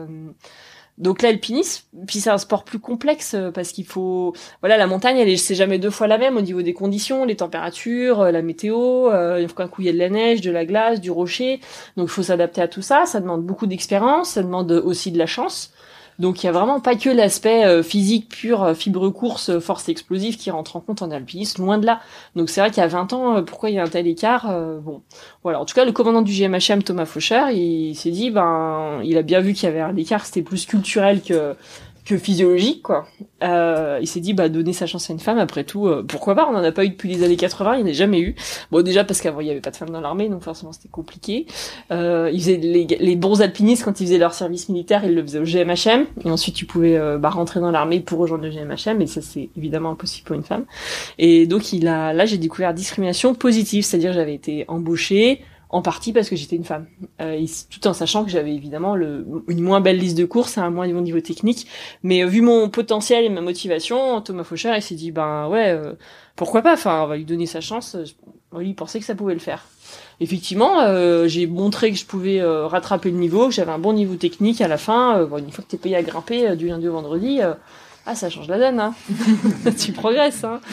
Donc l'alpinisme, puis c'est un sport plus complexe parce qu'il faut, la montagne, c'est jamais 2 fois la même au niveau des conditions, les températures, la météo, il faut qu'un coup il y ait de la neige, de la glace, du rocher, donc il faut s'adapter à tout ça. Ça demande beaucoup d'expérience, ça demande aussi de la chance. Donc il y a vraiment pas que l'aspect physique pur, fibre course, force explosive qui rentre en compte en alpinisme, loin de là. Donc c'est vrai qu'il y a 20 ans, pourquoi il y a un tel écart voilà. En tout cas, le commandant du GMHM, Thomas Faucher, il s'est dit, il a bien vu qu'il y avait un écart, c'était plus culturel que physiologique, quoi. Il s'est dit, donner sa chance à une femme, après tout, pourquoi pas, on en a pas eu depuis les années 80, il n'y en a jamais eu. Bon, déjà parce qu'avant, il y avait pas de femmes dans l'armée, donc forcément, c'était compliqué. Ils faisaient les bons alpinistes, quand ils faisaient leur service militaire, ils le faisaient au GMHM, et ensuite, tu pouvais, rentrer dans l'armée pour rejoindre le GMHM, et ça, c'est évidemment impossible pour une femme. Et donc, là, j'ai découvert discrimination positive, c'est-à-dire, j'avais été embauchée, en partie parce que j'étais une femme, tout en sachant que j'avais évidemment une moins belle liste de courses, un moins bon niveau technique, mais vu mon potentiel et ma motivation, Thomas Faucher, il s'est dit pourquoi pas, on va lui donner sa chance. Lui, il pensait que ça pouvait le faire. Effectivement, j'ai montré que je pouvais rattraper le niveau, que j'avais un bon niveau technique à la fin. Une fois que t'es payé à grimper du lundi au vendredi, ça change la donne, hein. Tu progresses, hein.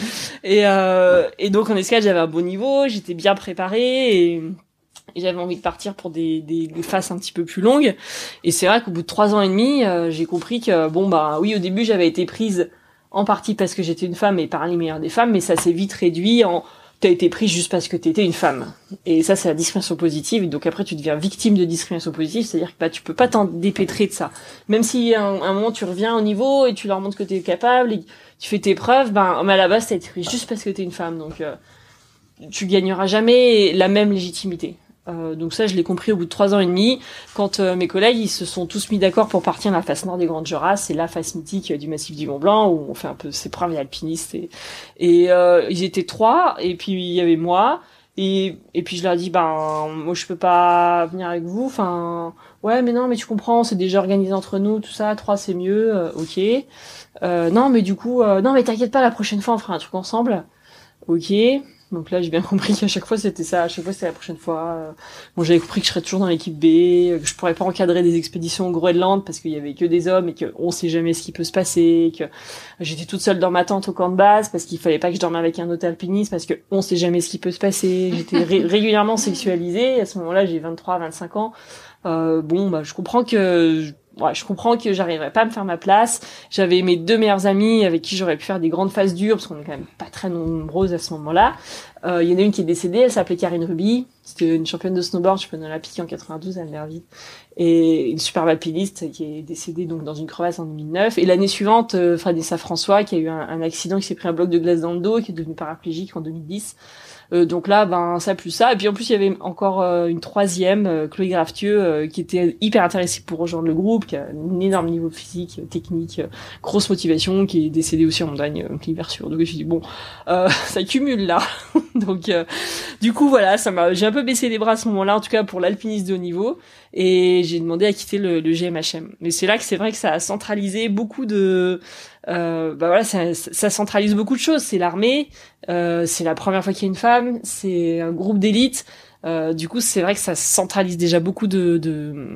Et donc en escalade, j'avais un bon niveau, j'étais bien préparée et j'avais envie de partir pour des phases un petit peu plus longues. Et c'est vrai qu'au bout de 3 ans et demi, j'ai compris que oui, au début, j'avais été prise en partie parce que j'étais une femme et par les meilleures des femmes, mais ça s'est vite réduit en t'as été prise juste parce que t'étais une femme. Et ça, c'est la discrimination positive. Et donc après, tu deviens victime de discrimination positive, c'est-à-dire que tu peux pas t'en dépêtrer de ça. Même si à un moment tu reviens au niveau et tu leur montres que t'es capable et tu fais tes preuves, mais à la base, t'as été prise juste parce que t'es une femme. Donc tu gagneras jamais la même légitimité. Donc ça, je l'ai compris au bout de 3 ans et demi, quand mes collègues, ils se sont tous mis d'accord pour partir dans la face nord des Grandes Jorasses, c'est la face mythique du massif du Mont Blanc, où on fait un peu ses preuves alpinistes, et ils étaient 3, et puis il y avait moi, et puis je leur dis, moi je peux pas venir avec vous, ouais, mais non, mais tu comprends, c'est déjà organisé entre nous, tout ça, 3 c'est mieux, ok, non, mais du coup, non, mais t'inquiète pas, la prochaine fois on fera un truc ensemble, ok. Donc là, j'ai bien compris qu'à chaque fois, c'était ça. À chaque fois, c'était la prochaine fois. Bon, j'avais compris que je serais toujours dans l'équipe B, que je pourrais pas encadrer des expéditions au Groenland parce qu'il y avait que des hommes et qu'on sait jamais ce qui peut se passer, que j'étais toute seule dans ma tente au camp de base parce qu'il fallait pas que je dorme avec un autre alpiniste parce que on sait jamais ce qui peut se passer. J'étais régulièrement sexualisée. À ce moment-là, j'ai 23, 25 ans. Je comprends que je comprends que j'arriverais pas à me faire ma place. J'avais mes 2 meilleures amies avec qui j'aurais pu faire des grandes phases dures parce qu'on est quand même pas très nombreuses à ce moment-là. Il y en a une qui est décédée, elle s'appelait Karine Ruby. C'était une championne de snowboard, championne olympique en 92 à Merville. Et une superbe alpiniste qui est décédée donc dans une crevasse en 2009. Et l'année suivante, Vanessa François qui a eu un accident, qui s'est pris un bloc de glace dans le dos, qui est devenue paraplégique en 2010. Donc là, ça plus ça. Et puis en plus, il y avait encore une troisième, Chloé Graftieux, qui était hyper intéressée pour rejoindre le groupe, qui a un énorme niveau physique, technique, grosse motivation, qui est décédée aussi en montagne l'hiver sûr. Donc je me suis dit ça cumule là. Donc du coup voilà, j'ai un peu baissé les bras à ce moment-là, en tout cas pour l'alpinisme de haut niveau, et j'ai demandé à quitter le GMHM. Mais c'est là que c'est vrai que ça a centralisé beaucoup de ça centralise beaucoup de choses. C'est l'armée, c'est la première fois qu'il y a une femme, c'est un groupe d'élite. Du coup, c'est vrai que ça centralise déjà beaucoup de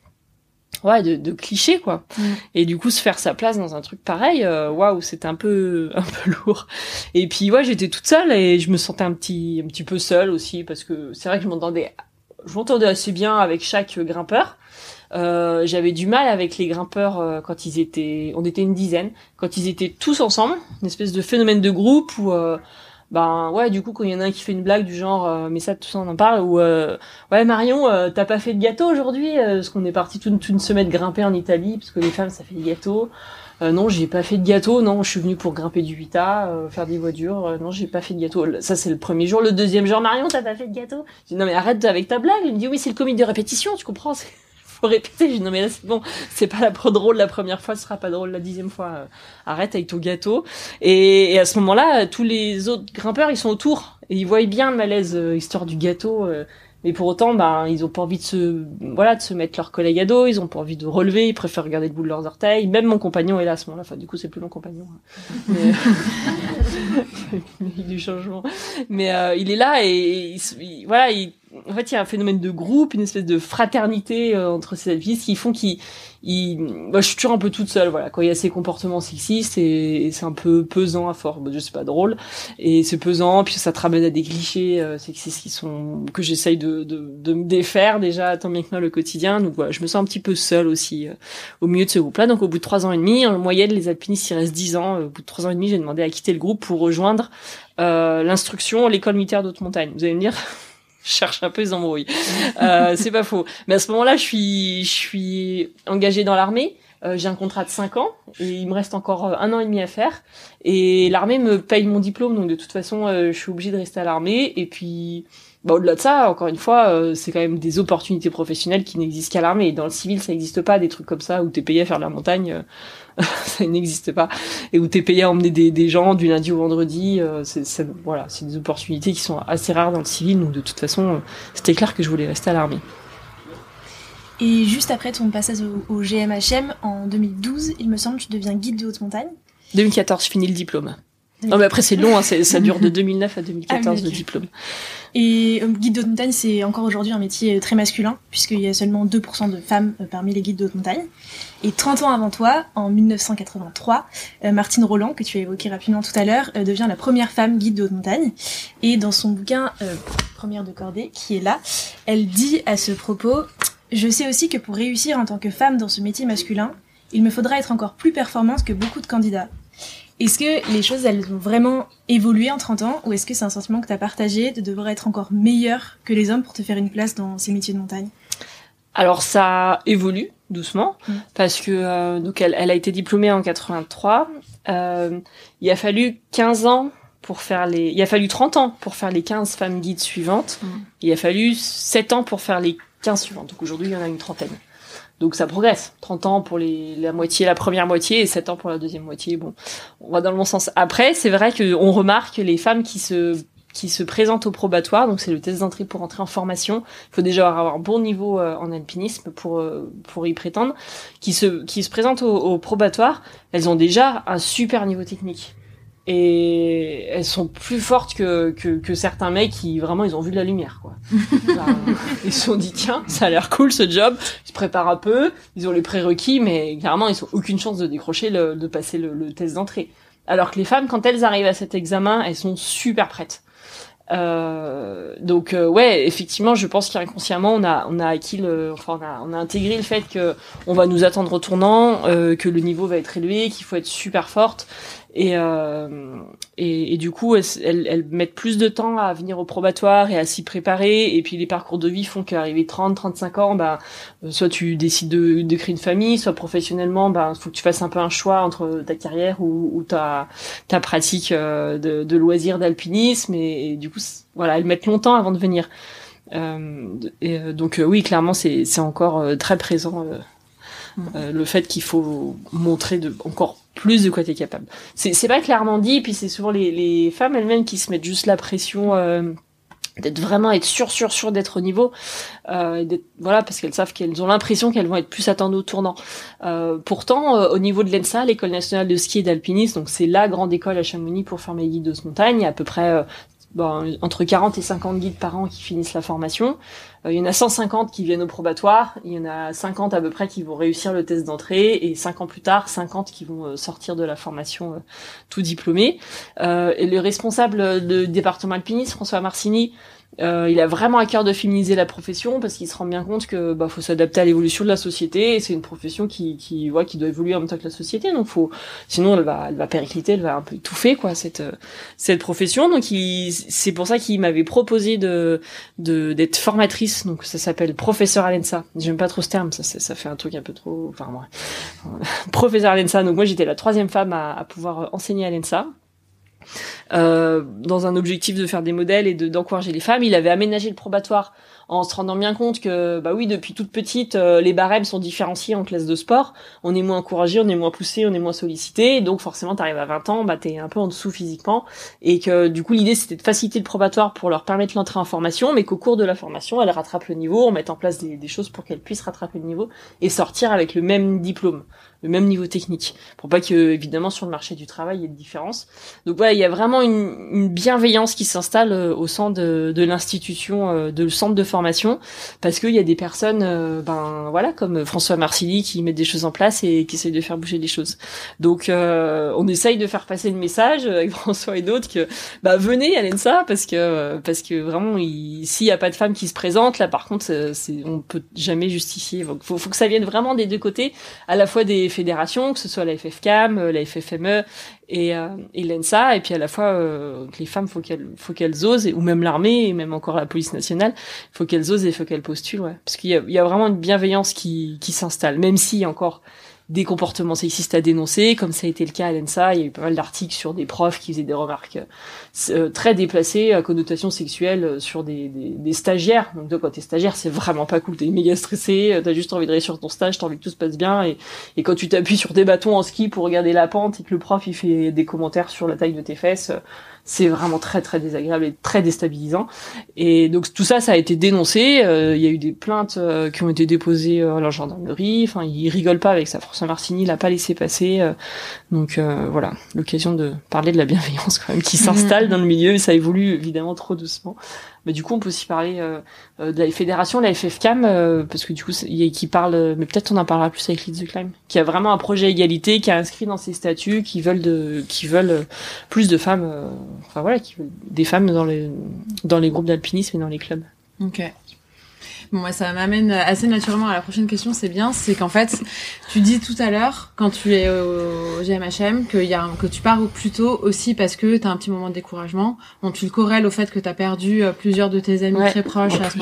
clichés, quoi. Et du coup, se faire sa place dans un truc pareil, c'était un peu lourd. Et puis j'étais toute seule et je me sentais un petit peu seule aussi parce que c'est vrai que je m'entendais assez bien avec chaque grimpeur. J'avais du mal avec les grimpeurs quand on était une dizaine, quand ils étaient tous ensemble, une espèce de phénomène de groupe où du coup quand il y en a un qui fait une blague du genre mais ça tout ça on en parle, ou Marion, t'as pas fait de gâteau aujourd'hui parce qu'on est parti toute une semaine grimper en Italie parce que les femmes ça fait des gâteaux. Non, j'ai pas fait de gâteau. Non, je suis venue pour grimper du 8A, faire des voitures. Non, j'ai pas fait de gâteau. Ça, c'est le premier jour. Le deuxième jour, Marion, t'as pas fait de gâteau? Je dis, non, mais arrête avec ta blague. Il me dit, oui, c'est le comité de répétition, tu comprends? Faut répéter. Je dis, non, mais là, c'est bon. C'est pas drôle la première fois, ce sera pas drôle la 10e fois. Arrête avec ton gâteau. Et à ce moment-là, tous les autres grimpeurs, ils sont autour. Et ils voient bien le malaise, histoire du gâteau. Mais pour autant, ils ont pas envie de se mettre leurs collègues à dos, ils ont pas envie de relever, ils préfèrent regarder le bout de leurs orteils. Même mon compagnon est là à ce moment-là. Enfin, du coup, c'est plus mon compagnon. Mais... du changement. Mais il est là et en fait, il y a un phénomène de groupe, une espèce de fraternité entre ces alpinistes qui font je suis toujours un peu toute seule, voilà. Quand il y a ces comportements sexistes et c'est un peu pesant à fort, c'est pas drôle. Et c'est pesant, puis ça te ramène à des clichés sexistes que j'essaye de me défaire déjà tant bien que mal le quotidien. Donc voilà, je me sens un petit peu seule aussi au milieu de ce groupe-là. Donc au bout de 3 ans et demi, en moyenne, les alpinistes, il reste 10 ans. Au bout de 3 ans et demi, j'ai demandé à quitter le groupe pour rejoindre l'instruction à l'école militaire d'haute montagne. Vous allez me dire, je cherche un peu les embrouilles. C'est pas faux. Mais à ce moment-là, je suis engagée dans l'armée. J'ai un contrat de 5 ans et il me reste encore 1 an et demi à faire. Et l'armée me paye mon diplôme, donc de toute façon, je suis obligée de rester à l'armée. Et puis, au-delà de ça, encore une fois, c'est quand même des opportunités professionnelles qui n'existent qu'à l'armée. Dans le civil, ça n'existe pas, des trucs comme ça où t'es payé à faire de la montagne. Ça n'existe pas. Et où t'es payé à emmener des gens du lundi au vendredi. C'est des opportunités qui sont assez rares dans le civil. Donc de toute façon, c'était clair que je voulais rester à l'armée. Et juste après ton passage au GMHM, en 2012, il me semble, tu deviens guide de haute montagne. 2014, je finis le diplôme. Non, mais après, c'est long, hein, ça dure de 2009 à 2014, le diplôme. Et guide de haute montagne, c'est encore aujourd'hui un métier très masculin, puisqu'il y a seulement 2% de femmes parmi les guides de haute montagne. Et 30 ans avant toi, en 1983, Martine Roland, que tu as évoqué rapidement tout à l'heure, devient la première femme guide de haute montagne. Et dans son bouquin Première de cordée, qui est là, elle dit à ce propos: « Je sais aussi que pour réussir en tant que femme dans ce métier masculin, il me faudra être encore plus performante que beaucoup de candidats. » Est-ce que les choses, elles ont vraiment évolué en 30 ans, ou est-ce que c'est un sentiment que tu as partagé de devoir être encore meilleure que les hommes pour te faire une place dans ces métiers de montagne? Alors ça évolue doucement, parce que donc elle a été diplômée en 83. Il a fallu 15 ans il a fallu 30 ans pour faire les 15 femmes guides suivantes. Il a fallu 7 ans pour faire les 15 suivantes. Donc aujourd'hui, il y en a une trentaine. Donc ça progresse. 30 ans pour la première moitié, et 7 ans pour la deuxième moitié. Bon, on va dans le bon sens. Après, c'est vrai qu'on remarque les femmes qui se présentent au probatoire, donc c'est le test d'entrée pour entrer en formation. Il faut déjà avoir un bon niveau en alpinisme pour y prétendre. Qui se présentent au probatoire, elles ont déjà un super niveau technique. Et elles sont plus fortes que certains mecs qui vraiment ils ont vu de la lumière quoi. Ils se sont dit tiens ça a l'air cool ce job, ils se préparent un peu, ils ont les prérequis mais clairement ils ont aucune chance de décrocher de passer le test d'entrée. Alors que les femmes quand elles arrivent à cet examen elles sont super prêtes. Donc ouais effectivement je pense qu'inconsciemment on a acquis on a intégré le fait que on va nous attendre au tournant, que le niveau va être élevé, qu'il faut être super forte. Et du coup elles mettent plus de temps à venir au probatoire et à s'y préparer et puis les parcours de vie font qu'arriver 30-35 ans soit tu décides de créer une famille, soit professionnellement faut que tu fasses un peu un choix entre ta carrière ou ta pratique de loisirs d'alpinisme et du coup voilà elles mettent longtemps avant de venir donc oui clairement c'est encore très présent le fait qu'il faut montrer encore plus de quoi t'es capable. C'est pas clairement dit, puis c'est souvent les femmes elles-mêmes qui se mettent juste la pression d'être sûres d'être au niveau, voilà parce qu'elles savent qu'elles ont l'impression qu'elles vont être plus attendues au tournant. Pourtant, au niveau de l'ENSA, l'école nationale de ski et d'alpinisme, donc c'est la grande école à Chamonix pour former les guides de montagne, il y a à peu près entre 40 et 50 guides par an qui finissent la formation. Il y en a 150 qui viennent au probatoire, il y en a 50 à peu près qui vont réussir le test d'entrée et 5 ans plus tard, 50 qui vont sortir de la formation tout diplômés. Et le responsable du département alpinisme, François Marcini, il a vraiment à cœur de féminiser la profession parce qu'il se rend bien compte que faut s'adapter à l'évolution de la société et c'est une profession qui doit évoluer en même temps que la société, donc sinon elle va péricliter, elle va un peu étouffer quoi cette profession. Donc c'est pour ça qu'il m'avait proposé d'être formatrice, donc ça s'appelle professeur à l'ENSA. J'aime pas trop ce terme, ça fait un truc un peu trop professeur à l'ENSA. Donc moi j'étais la 3e femme à pouvoir enseigner à l'ENSA. Dans un objectif de faire des modèles et d'encourager les femmes, il avait aménagé le probatoire en se rendant bien compte que oui depuis toute petite les barèmes sont différenciés en classe de sport, on est moins encouragé, on est moins poussé, on est moins sollicité, donc forcément t'arrives à 20 ans, t'es un peu en dessous physiquement et que du coup l'idée c'était de faciliter le probatoire pour leur permettre l'entrée en formation, mais qu'au cours de la formation elles rattrapent le niveau, on mette en place des choses pour qu'elles puissent rattraper le niveau et sortir avec le même diplôme, le même niveau technique, pour pas que évidemment sur le marché du travail il y ait de différence. Donc voilà, il y a vraiment une bienveillance qui s'installe au sein de l'institution, de le centre de formation, parce qu'il y a des personnes comme François Marcilly qui mettent des choses en place et qui essayent de faire bouger les choses. Donc on essaye de faire passer le message avec François et d'autres que venez à l'ENSA parce que vraiment s'il y a pas de femmes qui se présentent là par contre on peut jamais justifier. Faut que ça vienne vraiment des deux côtés, à la fois des fédérations, que ce soit la FFCAM, la FFME et l'ENSA, et puis à la fois que les femmes faut qu'elles osent, ou même l'armée et même encore la police nationale, faut qu'elles osent et faut qu'elles postulent, parce qu'il y a vraiment une bienveillance qui s'installe, même s'il y a encore des comportements sexistes à dénoncer, comme ça a été le cas à l'ENSA. Il y a eu pas mal d'articles sur des profs qui faisaient des remarques très déplacées à connotation sexuelle sur des stagiaires. Donc toi, quand t'es stagiaire, c'est vraiment pas cool, t'es méga stressé, t'as juste envie de réussir ton stage, t'as envie que tout se passe bien, et quand tu t'appuies sur tes bâtons en ski pour regarder la pente et que le prof il fait des commentaires sur la taille de tes fesses, c'est vraiment très très désagréable et très déstabilisant. Et donc tout ça a été dénoncé. Il y a eu des plaintes qui ont été déposées à la gendarmerie. Enfin, ils rigolent pas avec ça. François Marcini l'a pas laissé passer. Donc voilà, l'occasion de parler de la bienveillance quand même qui s'installe dans le milieu. Ça évolue évidemment trop doucement. Mais du coup, on peut aussi parler de la fédération, la FFCAM, parce que du coup, qui parle, mais peut-être on en parlera plus avec Lead the Climb, qui a vraiment un projet égalité, qui a inscrit dans ses statuts, qui veulent plus de femmes, qui veulent des femmes dans les groupes d'alpinisme et dans les clubs. Ok. Bon, moi, ça m'amène assez naturellement à la prochaine question, c'est qu'en fait, tu dis tout à l'heure, quand tu es au GMHM, que tu pars plus tôt aussi parce que t'as un petit moment de découragement. Bon, tu le corrèles au fait que t'as perdu plusieurs de tes amis très proches à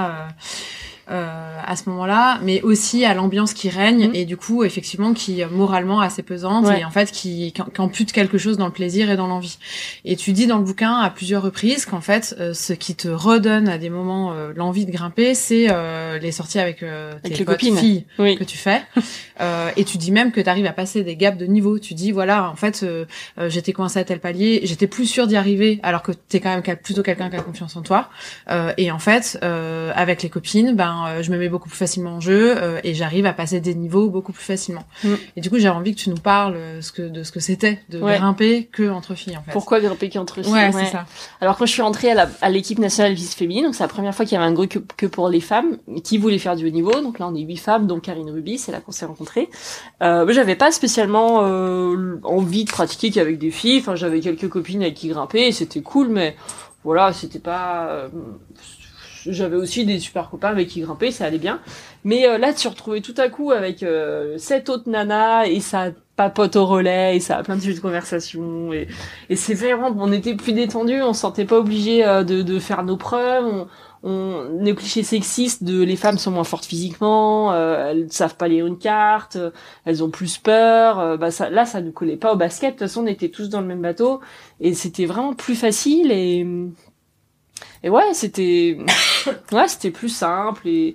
ce moment-là, mais aussi à l'ambiance qui règne et du coup effectivement qui moralement assez pesante et en fait qui ampute quelque chose dans le plaisir et dans l'envie. Et tu dis dans le bouquin à plusieurs reprises qu'en fait ce qui te redonne à des moments l'envie de grimper, c'est les sorties avec tes potes filles que tu fais. Et tu dis même que tu arrives à passer des gaps de niveau. Tu dis voilà, en fait j'étais coincée à tel palier, j'étais plus sûre d'y arriver alors que t'es quand même plutôt quelqu'un qui a confiance en toi. Et en fait avec les copines, je me mets beaucoup plus facilement en jeu et j'arrive à passer des niveaux beaucoup plus facilement. Et du coup, j'ai envie que tu nous parles de ce que c'était de grimper que entre filles, en fait. Pourquoi grimper qu'entre filles? Ouais, c'est ça. Alors, quand je suis rentrée à l'équipe nationale vice féminine, donc c'est la première fois qu'il y avait un groupe que pour les femmes qui voulaient faire du haut niveau. Donc là, on est 8 femmes, dont Karine Ruby, c'est là qu'on s'est rencontrés. J'avais pas spécialement envie de pratiquer qu'avec des filles. Enfin, j'avais quelques copines avec qui grimper et c'était cool, mais voilà, c'était pas... J'avais aussi des super copains avec qui grimper, ça allait bien. Mais là, tu te retrouvais tout à coup avec 7 autres nanas et ça papote au relais et ça a plein de sujets de conversation. Et c'est vraiment, on était plus détendus, on se sentait pas obligé de faire nos preuves. Les clichés sexistes de les femmes sont moins fortes physiquement, elles savent pas lire une carte, elles ont plus peur. Ça nous collait pas au basket. De toute façon, on était tous dans le même bateau et c'était vraiment plus facile et ouais, c'était plus simple et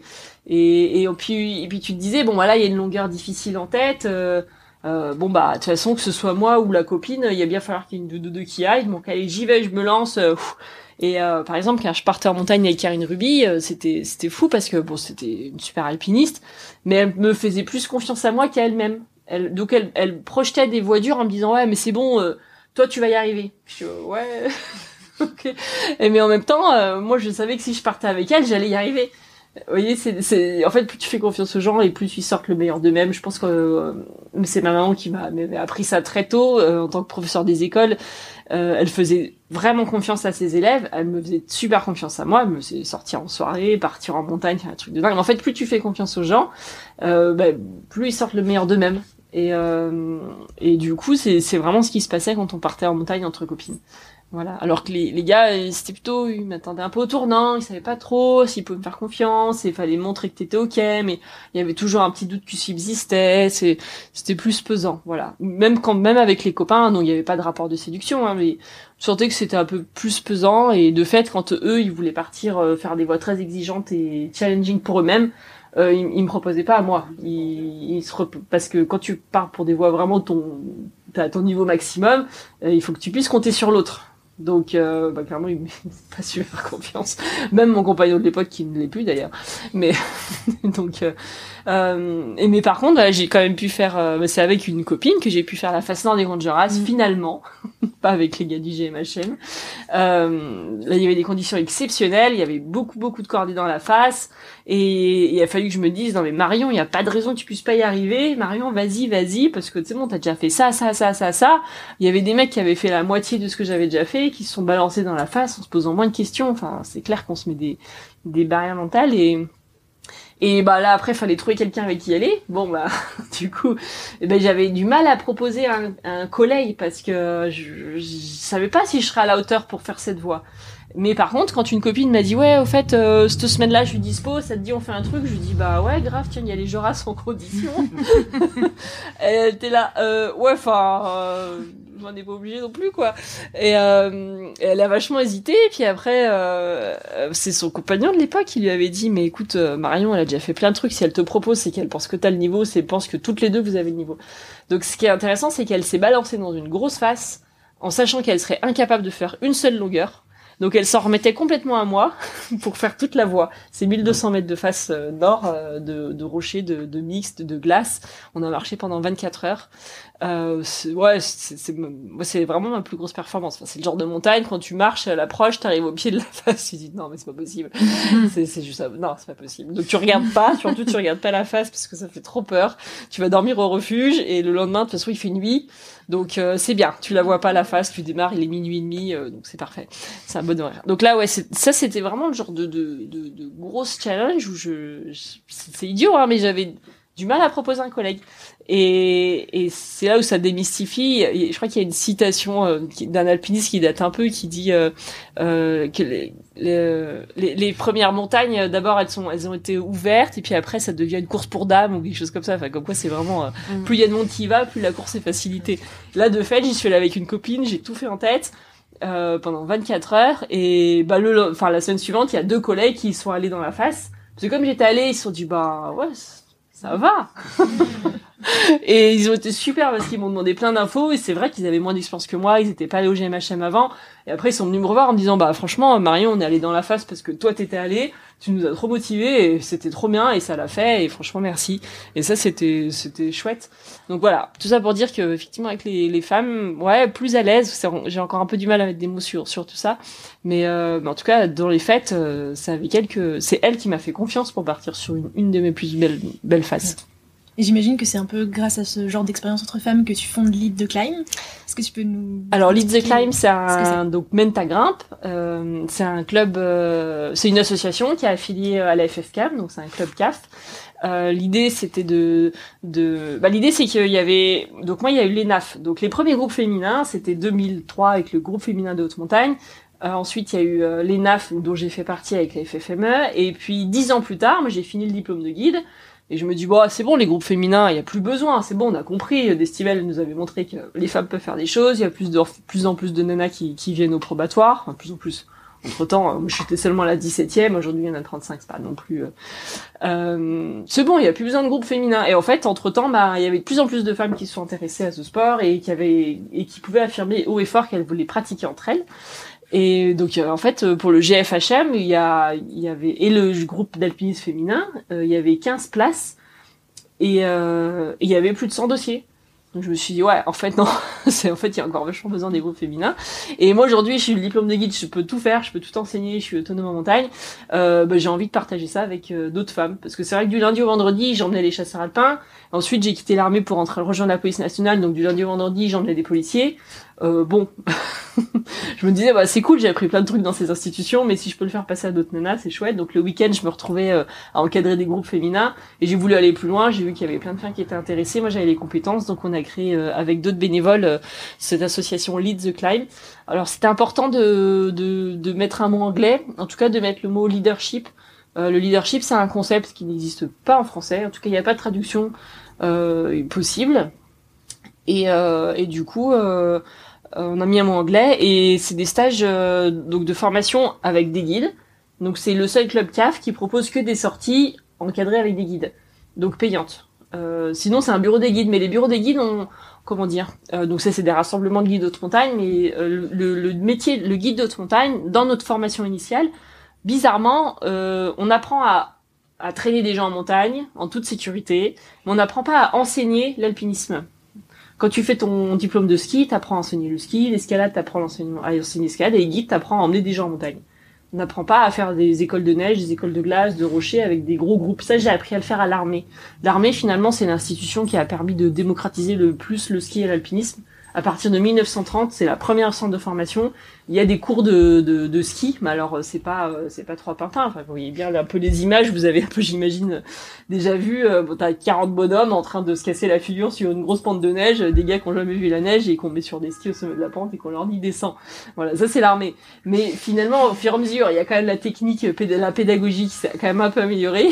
puis tu te disais bon voilà, il y a une longueur difficile en tête. De toute façon, que ce soit moi ou la copine, il y a bien falloir qu'il y ait une de deux qui aille. Donc allez, j'y vais, je me lance. Par exemple, quand je partais en montagne avec Karine Ruby, c'était fou parce que c'était une super alpiniste, mais elle me faisait plus confiance à moi qu'à elle-même. Elle projetait des voies dures en me disant ouais, mais c'est bon, toi tu vas y arriver. Je dis ouais. Ok. Mais en même temps, moi je savais que si je partais avec elle, j'allais y arriver. Vous voyez, en fait, plus tu fais confiance aux gens et plus ils sortent le meilleur d'eux-mêmes. Je pense que c'est ma maman qui m'avait appris ça très tôt en tant que professeur des écoles. Elle faisait vraiment confiance à ses élèves. Elle me faisait super confiance à moi. Elle me faisait sortir en soirée, partir en montagne, faire un truc de dingue. Mais en fait, plus tu fais confiance aux gens, plus ils sortent le meilleur d'eux-mêmes. Et du coup, c'est vraiment ce qui se passait quand on partait en montagne entre copines. Voilà. Alors que les gars, c'était plutôt, ils m'attendaient un peu au tournant, ils savaient pas trop s'ils pouvaient me faire confiance, il fallait montrer que t'étais ok, mais il y avait toujours un petit doute qui subsistait, c'était plus pesant, voilà. Même avec les copains, donc il y avait pas de rapport de séduction, mais je sentais que c'était un peu plus pesant, et de fait, quand eux, ils voulaient partir faire des voies très exigeantes et challenging pour eux-mêmes, ils me proposaient pas à moi. Parce que quand tu pars pour des voies vraiment t'as ton niveau maximum, il faut que tu puisses compter sur l'autre. Donc clairement il m'a pas su faire confiance, même mon compagnon de l'époque qui ne l'est plus d'ailleurs, mais donc mais par contre j'ai quand même pu faire c'est avec une copine que j'ai pu faire la face nord des Grandes Jorasses finalement, pas avec les gars du GMHM. Là il y avait des conditions exceptionnelles, il y avait beaucoup de cordées dans la face et il a fallu que je me dise non mais Marion, il y a pas de raison que tu puisses pas y arriver, Marion vas-y parce que tu sais bon t'as déjà fait ça. Il y avait des mecs qui avaient fait la moitié de ce que j'avais déjà fait, qui se sont balancés dans la face en se posant moins de questions. Enfin, c'est clair qu'on se met des barrières mentales et là après fallait trouver quelqu'un avec qui aller. Bon du coup j'avais du mal à proposer un collègue parce que je savais pas si je serais à la hauteur pour faire cette voie. Mais par contre, quand une copine m'a dit ouais, au fait, cette semaine-là, je suis dispo, ça te dit on fait un truc, je lui dis bah ouais, grave, tiens, il y a les Joras en condition. Elle était là, j'en ai pas obligé non plus quoi. Et elle a vachement hésité. Et puis après, c'est son compagnon de l'époque qui lui avait dit mais écoute, Marion, elle a déjà fait plein de trucs. Si elle te propose, c'est qu'elle pense que t'as le niveau, c'est qu'elle pense que toutes les deux vous avez le niveau. Donc ce qui est intéressant, c'est qu'elle s'est balancée dans une grosse face en sachant qu'elle serait incapable de faire une seule longueur. Donc elle s'en remettait complètement à moi pour faire toute la voie. C'est 1200 mètres de face nord, de rochers, de mixte, de glace. On a marché pendant 24 heures. C'est vraiment ma plus grosse performance. Enfin, c'est le genre de montagne, quand tu marches à l'approche, t'arrives au pied de la face, tu dis non mais c'est pas possible. c'est juste ça. Non, c'est pas possible. Donc tu regardes pas, surtout tu regardes pas la face parce que ça fait trop peur. Tu vas dormir au refuge et le lendemain, de toute façon, il fait nuit. Donc c'est bien, tu la vois pas la face, tu démarres, il est minuit et demi, donc c'est parfait. C'est un bon horaire. Donc là ouais, c'était vraiment le genre de grosse challenge où c'est idiot mais j'avais du mal à proposer un collègue. Et c'est là où ça démystifie. Je crois qu'il y a une citation d'un alpiniste qui date un peu, qui dit que les premières montagnes, d'abord elles ont été ouvertes et puis après ça devient une course pour dames ou quelque chose comme ça. Enfin comme quoi c'est vraiment plus il y a de monde qui y va, plus la course est facilitée. Là de fait, j'y suis allée avec une copine, j'ai tout fait en tête. Pendant 24 heures et la semaine suivante il y a 2 collègues qui sont allés dans la face parce que comme j'étais allée ils se sont dit ouais ça va. Et ils ont été super parce qu'ils m'ont demandé plein d'infos et c'est vrai qu'ils avaient moins d'expérience que moi, ils étaient pas allés au GMHM avant. Et après, ils sont venus me revoir en me disant, bah, franchement, Marion, on est allé dans la face parce que toi, t'étais allé, tu nous as trop motivés et c'était trop bien et ça l'a fait et franchement, merci. Et ça, c'était chouette. Donc voilà. Tout ça pour dire que, effectivement, avec les femmes, ouais, plus à l'aise. J'ai encore un peu du mal à mettre des mots sur tout ça. Mais en tout cas, dans les fêtes, c'est elle qui m'a fait confiance pour partir sur une de mes plus belles phases. Et j'imagine que c'est un peu grâce à ce genre d'expérience entre femmes que tu fondes Lead the Climb. Est-ce que tu peux nous... Alors, Lead the Climb, donc, Mène ta grimpe. C'est un club, c'est une association qui est affiliée à la FFCAM, donc c'est un club CAF. L'idée, c'était l'idée, c'est qu'il y avait, donc moi, il y a eu les NAF. Donc, les premiers groupes féminins, c'était 2003 avec le groupe féminin de haute montagne. Ensuite, il y a eu les NAF, dont j'ai fait partie avec la FFME. Et puis, 10 ans plus tard, moi, j'ai fini le diplôme de guide. Et je me dis, bon, c'est bon, les groupes féminins, il y a plus besoin, c'est bon, on a compris. Destivelle nous avait montré que les femmes peuvent faire des choses, il y a plus en plus de nanas qui viennent au probatoire, enfin, plus en plus. Entre-temps, moi, j'étais seulement la 17e, aujourd'hui, il y en a 35, c'est pas non plus... c'est bon, il y a plus besoin de groupes féminins. Et en fait, entre-temps, il y avait de plus en plus de femmes qui se sont intéressées à ce sport et qui pouvaient affirmer haut et fort qu'elles voulaient pratiquer entre elles. Et donc en fait pour le GFHM il y avait et le groupe d'alpinistes féminins il y avait 15 places et il y avait plus de 100 dossiers. Donc je me suis dit ouais en fait non il y a encore vachement besoin des groupes féminins. Et moi aujourd'hui je suis le diplôme de guide, je peux tout faire, je peux tout enseigner, je suis autonome en montagne. J'ai envie de partager ça avec d'autres femmes parce que c'est vrai que du lundi au vendredi j'emmenais les chasseurs alpins. Ensuite j'ai quitté l'armée pour rejoindre la police nationale, donc du lundi au vendredi j'emmenais des policiers. Je me disais c'est cool, j'ai appris plein de trucs dans ces institutions, mais si je peux le faire passer à d'autres nanas, c'est chouette. Donc le week-end, je me retrouvais à encadrer des groupes féminins et j'ai voulu aller plus loin. J'ai vu qu'il y avait plein de femmes qui étaient intéressées. Moi, j'avais les compétences, donc on a créé avec d'autres bénévoles cette association Lead the Climb. Alors c'était important de mettre un mot anglais, en tout cas de mettre le mot leadership. Le leadership, c'est un concept qui n'existe pas en français. En tout cas, il n'y a pas de traduction possible. Et du coup, on a mis un mot anglais et c'est des stages donc de formation avec des guides. Donc c'est le seul club CAF qui propose que des sorties encadrées avec des guides, donc payantes. Sinon c'est un bureau des guides, mais les bureaux des guides ont donc ça c'est des rassemblements de guides haute montagne, mais le métier, le guide haute montagne, dans notre formation initiale, bizarrement, on apprend à traîner des gens en montagne en toute sécurité, mais on n'apprend pas à enseigner l'alpinisme. Quand tu fais ton diplôme de ski, t'apprends à enseigner le ski, l'escalade, t'apprends à enseigner l'escalade, et les guides, t'apprends à emmener des gens en montagne. On n'apprend pas à faire des écoles de neige, des écoles de glace, de rochers avec des gros groupes. Ça, j'ai appris à le faire à l'armée. L'armée, finalement, c'est l'institution qui a permis de démocratiser le plus le ski et l'alpinisme. À partir de 1930, c'est la première centre de formation. Il y a des cours de ski, mais alors c'est pas trois pintins. Enfin, vous voyez bien un peu les images. Vous avez un peu, j'imagine, déjà vu. T'as 40 bonhommes en train de se casser la figure sur une grosse pente de neige, des gars qui ont jamais vu la neige et qu'on met sur des skis au sommet de la pente et qu'on leur dit descend. Voilà, ça c'est l'armée. Mais finalement, au fur et à mesure, il y a quand même la technique, la pédagogie qui s'est quand même un peu améliorée.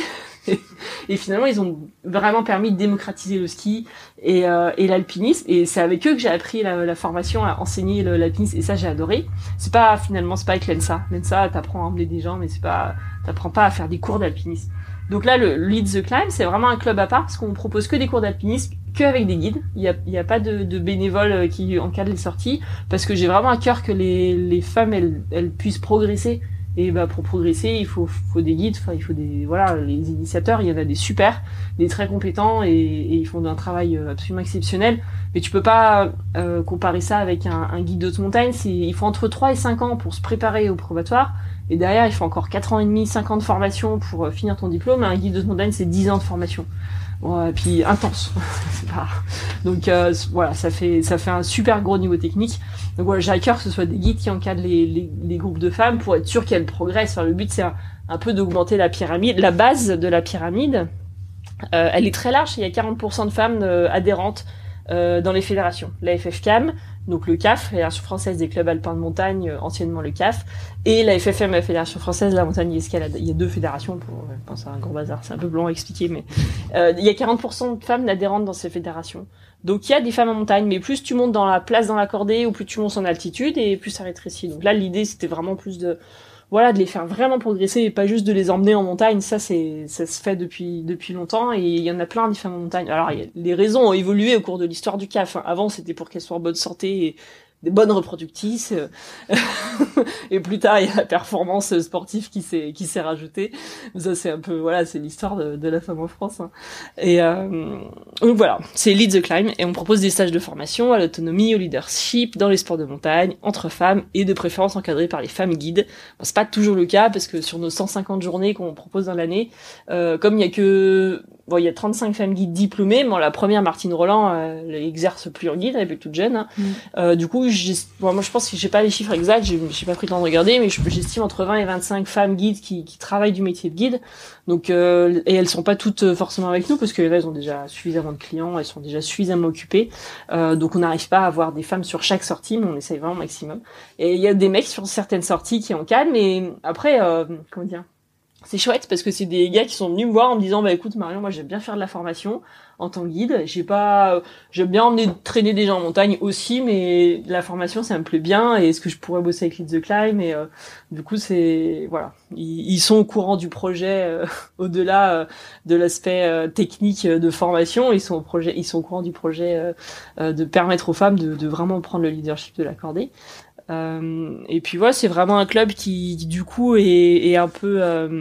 Et finalement, ils ont vraiment permis de démocratiser le ski et l'alpinisme. Et c'est avec eux que j'ai appris la formation à enseigner l'alpinisme. Et ça, j'ai adoré. C'est pas avec l'ENSA. L'ENSA, t'apprends à emmener des gens, mais t'apprends pas à faire des cours d'alpinisme. Donc là, le Lead the Climb, c'est vraiment un club à part parce qu'on propose que des cours d'alpinisme, que avec des guides. Il y a pas de bénévoles qui encadrent les sorties parce que j'ai vraiment à cœur que les femmes, elles puissent progresser. Et pour progresser, il faut des guides, il faut les initiateurs, il y en a des super, des très compétents et ils font un travail absolument exceptionnel. Mais tu peux pas comparer ça avec un guide d'haute montagne, il faut entre 3 et 5 ans pour se préparer au probatoire et derrière, il faut encore 4 ans et demi, 5 ans de formation pour finir ton diplôme. Un guide d'haute montagne, c'est 10 ans de formation. Ouais, et puis intense. Donc ça fait un super gros niveau technique. Donc voilà, j'ai à cœur que ce soit des guides qui encadrent les groupes de femmes pour être sûr qu'elles progressent. Enfin, le but c'est un peu d'augmenter la pyramide, la base de la pyramide. Elle est très large, il y a 40% de femmes adhérentes dans les fédérations. La FFCAM, donc le CAF, Fédération française des clubs alpins de montagne, anciennement le CAF, et la FFM, la Fédération française de la montagne et escalade. Il y a deux fédérations, je pense à un gros bazar, c'est un peu blanc à expliquer, mais il y a 40% de femmes adhérentes dans ces fédérations. Donc il y a des femmes en montagne, mais plus tu montes dans la place dans la cordée, ou plus tu montes en altitude, et plus ça rétrécit. Donc là, l'idée, c'était vraiment plus de voilà, de les faire vraiment progresser et pas juste de les emmener en montagne. Ça se fait depuis longtemps et il y en a plein des femmes en montagne. Alors les raisons ont évolué au cours de l'histoire du CAF. Avant c'était pour qu'elles soient en bonne santé et des bonnes reproductrices et plus tard il y a la performance sportive qui s'est rajoutée. Ça c'est un peu voilà, c'est l'histoire de la femme en France, hein. Et donc voilà, c'est Lead the Climb et on propose des stages de formation à l'autonomie, au leadership dans les sports de montagne entre femmes et de préférence encadrés par les femmes guides. Bon, c'est pas toujours le cas parce que sur nos 150 journées qu'on propose dans l'année, comme il y a 35 femmes guides diplômées, mais la première Martine Roland elle exerce plus en guide, elle est plus toute jeune, hein. Du coup moi je pense que j'ai pas les chiffres exacts, j'ai pas pris le temps de regarder, mais j'estime entre 20 et 25 femmes guides qui travaillent du métier de guide. Donc et elles sont pas toutes forcément avec nous parce que elles ont déjà suffisamment de clients, elles sont déjà suffisamment occupées. Donc on n'arrive pas à avoir des femmes sur chaque sortie, mais on essaye vraiment au maximum. Et il y a des mecs sur certaines sorties qui encadrent, mais après comment dire, c'est chouette parce que c'est des gars qui sont venus me voir en me disant bah écoute Marion, moi j'aime bien faire de la formation en tant que guide, j'aime bien traîner des gens en montagne aussi, mais la formation ça me plaît bien et est-ce que je pourrais bosser avec Lead the Climb et du coup c'est voilà, ils sont au courant du projet au-delà de l'aspect technique de formation, ils sont au courant du projet de permettre aux femmes de vraiment prendre le leadership de l'accorder. Et puis voilà, c'est vraiment un club qui du coup est un peu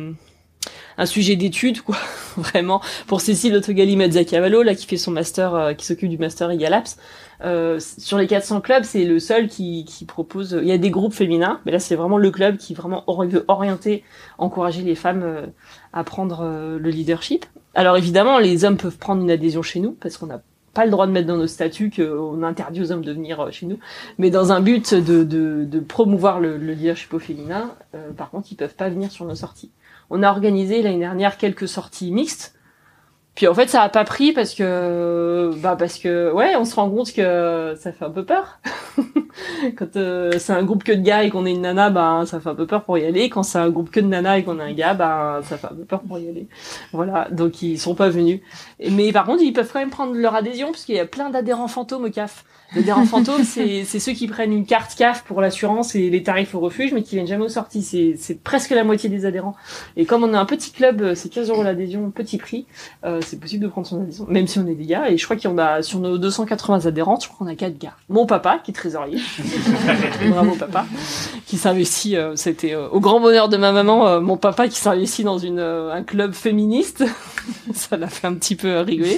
un sujet d'étude quoi, vraiment pour Cécile Autogali Mazzacavallo là qui fait son master, qui s'occupe du master Egalapse. Sur les 400 clubs, c'est le seul qui propose. Il y a des groupes féminins, mais là c'est vraiment le club qui vraiment veut orienter, encourager les femmes à prendre le leadership. Alors évidemment, les hommes peuvent prendre une adhésion chez nous parce qu'on n'a pas le droit de mettre dans nos statuts qu'on interdit aux hommes de venir chez nous, mais dans un but de promouvoir le leadership au féminin, par contre ils peuvent pas venir sur nos sorties. On a organisé l'année dernière quelques sorties mixtes, puis en fait ça a pas pris parce que ouais, on se rend compte que ça fait un peu peur. Quand c'est un groupe que de gars et qu'on est une nana, bah ça fait un peu peur pour y aller. Quand c'est un groupe que de nanas et qu'on est un gars, bah ça fait un peu peur pour y aller. Voilà, donc ils sont pas venus. Mais par contre, ils peuvent quand même prendre leur adhésion parce qu'il y a plein d'adhérents fantômes au CAF. Les adhérents fantômes, c'est ceux qui prennent une carte CAF pour l'assurance et les tarifs au refuge, mais qui viennent jamais aux sorties. C'est presque la moitié des adhérents. Et comme on a un petit club, c'est 15 € l'adhésion, petit prix, c'est possible de prendre son adhésion, même si on est des gars. Et je crois qu'il y en a, sur nos 280 adhérents, je crois qu'on a 4 gars. Mon papa, qui est trésorier. Bravo papa, qui s'investit, c'était au grand bonheur de ma maman, mon papa qui s'investit dans un club féministe. Ça l'a fait un petit peu rigoler.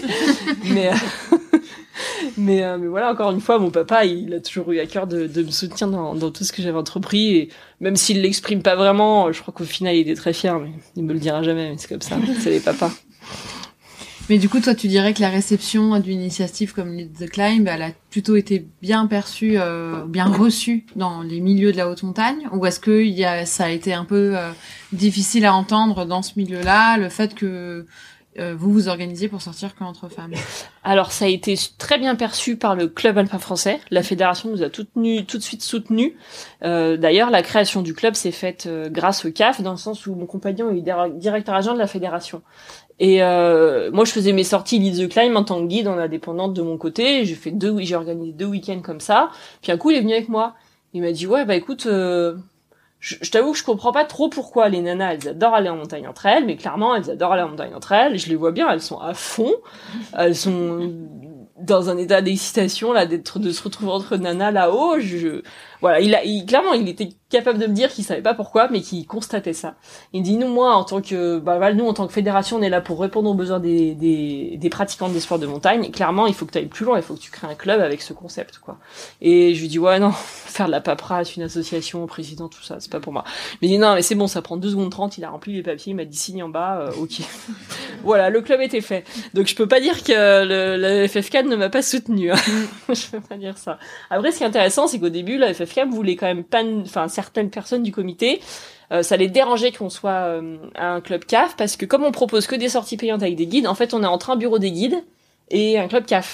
Mais voilà, encore une fois, mon papa, il a toujours eu à cœur de me soutenir dans tout ce que j'avais entrepris, et même s'il l'exprime pas vraiment, je crois qu'au final, il était très fier, mais il me le dira jamais, mais c'est comme ça, c'est les papas. Mais du coup, toi, tu dirais que la réception d'une initiative comme Lead the Climb, elle a plutôt été bien perçue, bien reçue dans les milieux de la haute montagne, ou est-ce que ça a été un peu difficile à entendre dans ce milieu-là, le fait que vous vous organisez pour sortir qu'entre femmes? Alors ça a été très bien perçu par le club alpin français. La fédération nous a tout de suite soutenus. D'ailleurs, la création du club s'est faite grâce au CAF, dans le sens où mon compagnon est directeur adjoint de la fédération. Et moi, je faisais mes sorties Lead the Climb en tant que guide en indépendante de mon côté. J'ai organisé 2 week-ends comme ça. Puis un coup, il est venu avec moi. Il m'a dit ouais, bah écoute. Je t'avoue que je comprends pas trop pourquoi les nanas, elles adorent aller en montagne entre elles, mais clairement, elles adorent aller en montagne entre elles. Je les vois bien, elles sont à fond. Elles sont dans un état d'excitation, là, de se retrouver entre nanas là-haut. Voilà, clairement, il était capable de me dire qu'il savait pas pourquoi, mais qu'il constatait ça. Il me dit, nous, en tant que fédération, on est là pour répondre aux besoins des pratiquantes des sports de montagne. Et clairement, il faut que tu ailles plus loin, il faut que tu crées un club avec ce concept, quoi. Et je lui dis, ouais, non, faire de la paperasse, une association, président, tout ça, c'est pas pour moi. Il me dit, non, mais c'est bon, ça prend 2 secondes 30, il a rempli les papiers, il m'a dit signe en bas, ok. Voilà, le club était fait. Donc je peux pas dire que la FF4 ne m'a pas soutenu. Hein. Je peux pas dire ça. Après, ce qui est intéressant, c'est qu'au début, la FF4 voulait quand même pas, certaines personnes du comité, ça les dérangeait qu'on soit un club CAF, parce que comme on propose que des sorties payantes avec des guides, en fait, on est entre un bureau des guides et un club CAF.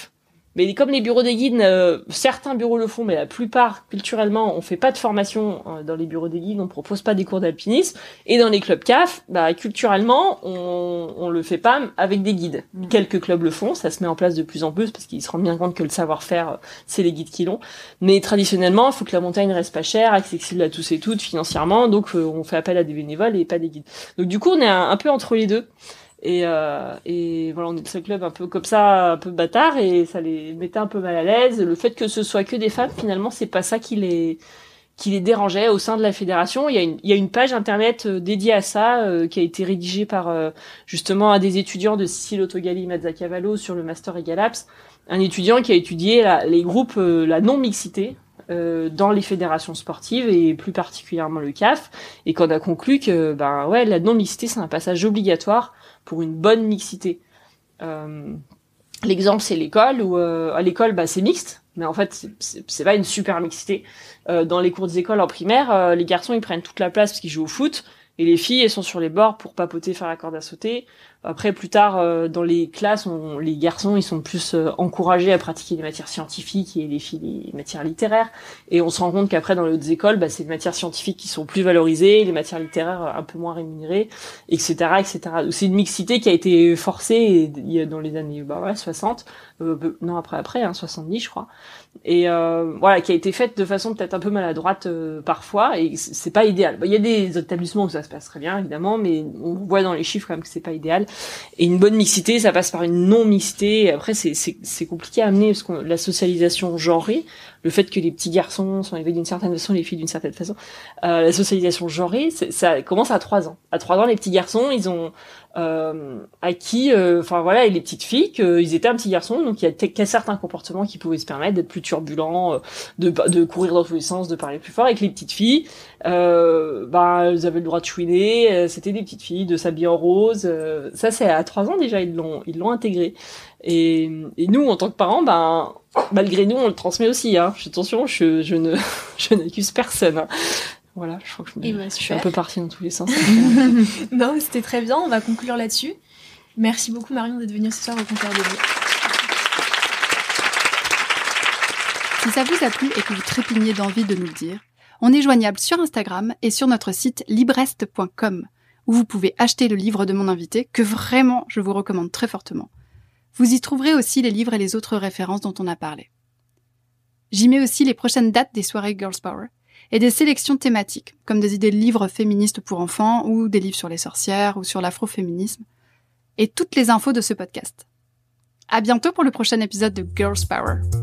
Mais comme les bureaux des guides, certains bureaux le font, mais la plupart, culturellement, on fait pas de formation dans les bureaux des guides, on propose pas des cours d'alpinisme. Et dans les clubs CAF, culturellement, on le fait pas avec des guides. Quelques clubs le font, ça se met en place de plus en plus parce qu'ils se rendent bien compte que le savoir-faire, c'est les guides qui l'ont. Mais traditionnellement, il faut que la montagne reste pas chère, accessible à tous et toutes financièrement, donc on fait appel à des bénévoles et pas des guides. Donc du coup, on est un peu entre les deux. Et voilà, on est le seul club un peu comme ça, un peu bâtard, et ça les mettait un peu mal à l'aise. Le fait que ce soit que des femmes, finalement, c'est pas ça qui les dérangeait au sein de la fédération. Il y a une page internet dédiée à ça, qui a été rédigée par justement un des étudiants de Cécile Autogali Mazzacavallo sur le master Egalaps, un étudiant qui a étudié les groupes, la non-mixité dans les fédérations sportives et plus particulièrement le CAF, et qu'on a conclu que la non-mixité, c'est un passage obligatoire pour une bonne mixité. L'exemple, c'est l'école, où à l'école, c'est mixte, mais en fait, c'est pas une super mixité. Dans les cours des écoles en primaire, les garçons, ils prennent toute la place parce qu'ils jouent au foot, et les filles, elles sont sur les bords pour papoter, faire la corde à sauter. Après, plus tard, dans les classes, les garçons, ils sont plus encouragés à pratiquer les matières scientifiques et les filles, les matières littéraires. Et on se rend compte qu'après, dans les hautes écoles, c'est les matières scientifiques qui sont plus valorisées, les matières littéraires un peu moins rémunérées, etc., etc. Donc, c'est une mixité qui a été forcée dans les années 60, non, après, 70, je crois. Et qui a été faite de façon peut-être un peu maladroite parfois, et c'est pas idéal. Il y a des établissements où ça se passe très bien, évidemment, mais on voit dans les chiffres quand même que c'est pas idéal. Et une bonne mixité, ça passe par une non-mixité. Et après, c'est compliqué à amener, parce que la socialisation genrée, le fait que les petits garçons sont élevés d'une certaine façon, les filles d'une certaine façon, la socialisation genrée, ça commence à 3 ans. À 3 ans, les petits garçons, ils ont acquis, et les petites filles, qu'ils étaient un petit garçon, donc il y a certains comportements qui pouvaient se permettre d'être plus turbulents, de courir dans tous les sens, de parler plus fort. Avec les petites filles, elles avaient le droit de chouiner, c'était des petites filles, de s'habiller en rose. Ça, c'est à 3 ans déjà, ils l'ont intégré. Et nous, en tant que parents, malgré nous, on le transmet aussi. Hein. Attention, je n'accuse personne. Hein. Voilà, je crois que je suis un peu partie dans tous les sens. Non, c'était très bien, on va conclure là-dessus. Merci beaucoup Marion d'être venue ce soir au comptoir de vie. Si ça vous a plu et que vous trépigniez d'envie de nous le dire, on est joignable sur Instagram et sur notre site librest.com, où vous pouvez acheter le livre de mon invité, que vraiment je vous recommande très fortement. Vous y trouverez aussi les livres et les autres références dont on a parlé. J'y mets aussi les prochaines dates des soirées Girls Power, et des sélections thématiques, comme des idées de livres féministes pour enfants, ou des livres sur les sorcières, ou sur l'afroféminisme, et toutes les infos de ce podcast. À bientôt pour le prochain épisode de Girls Power.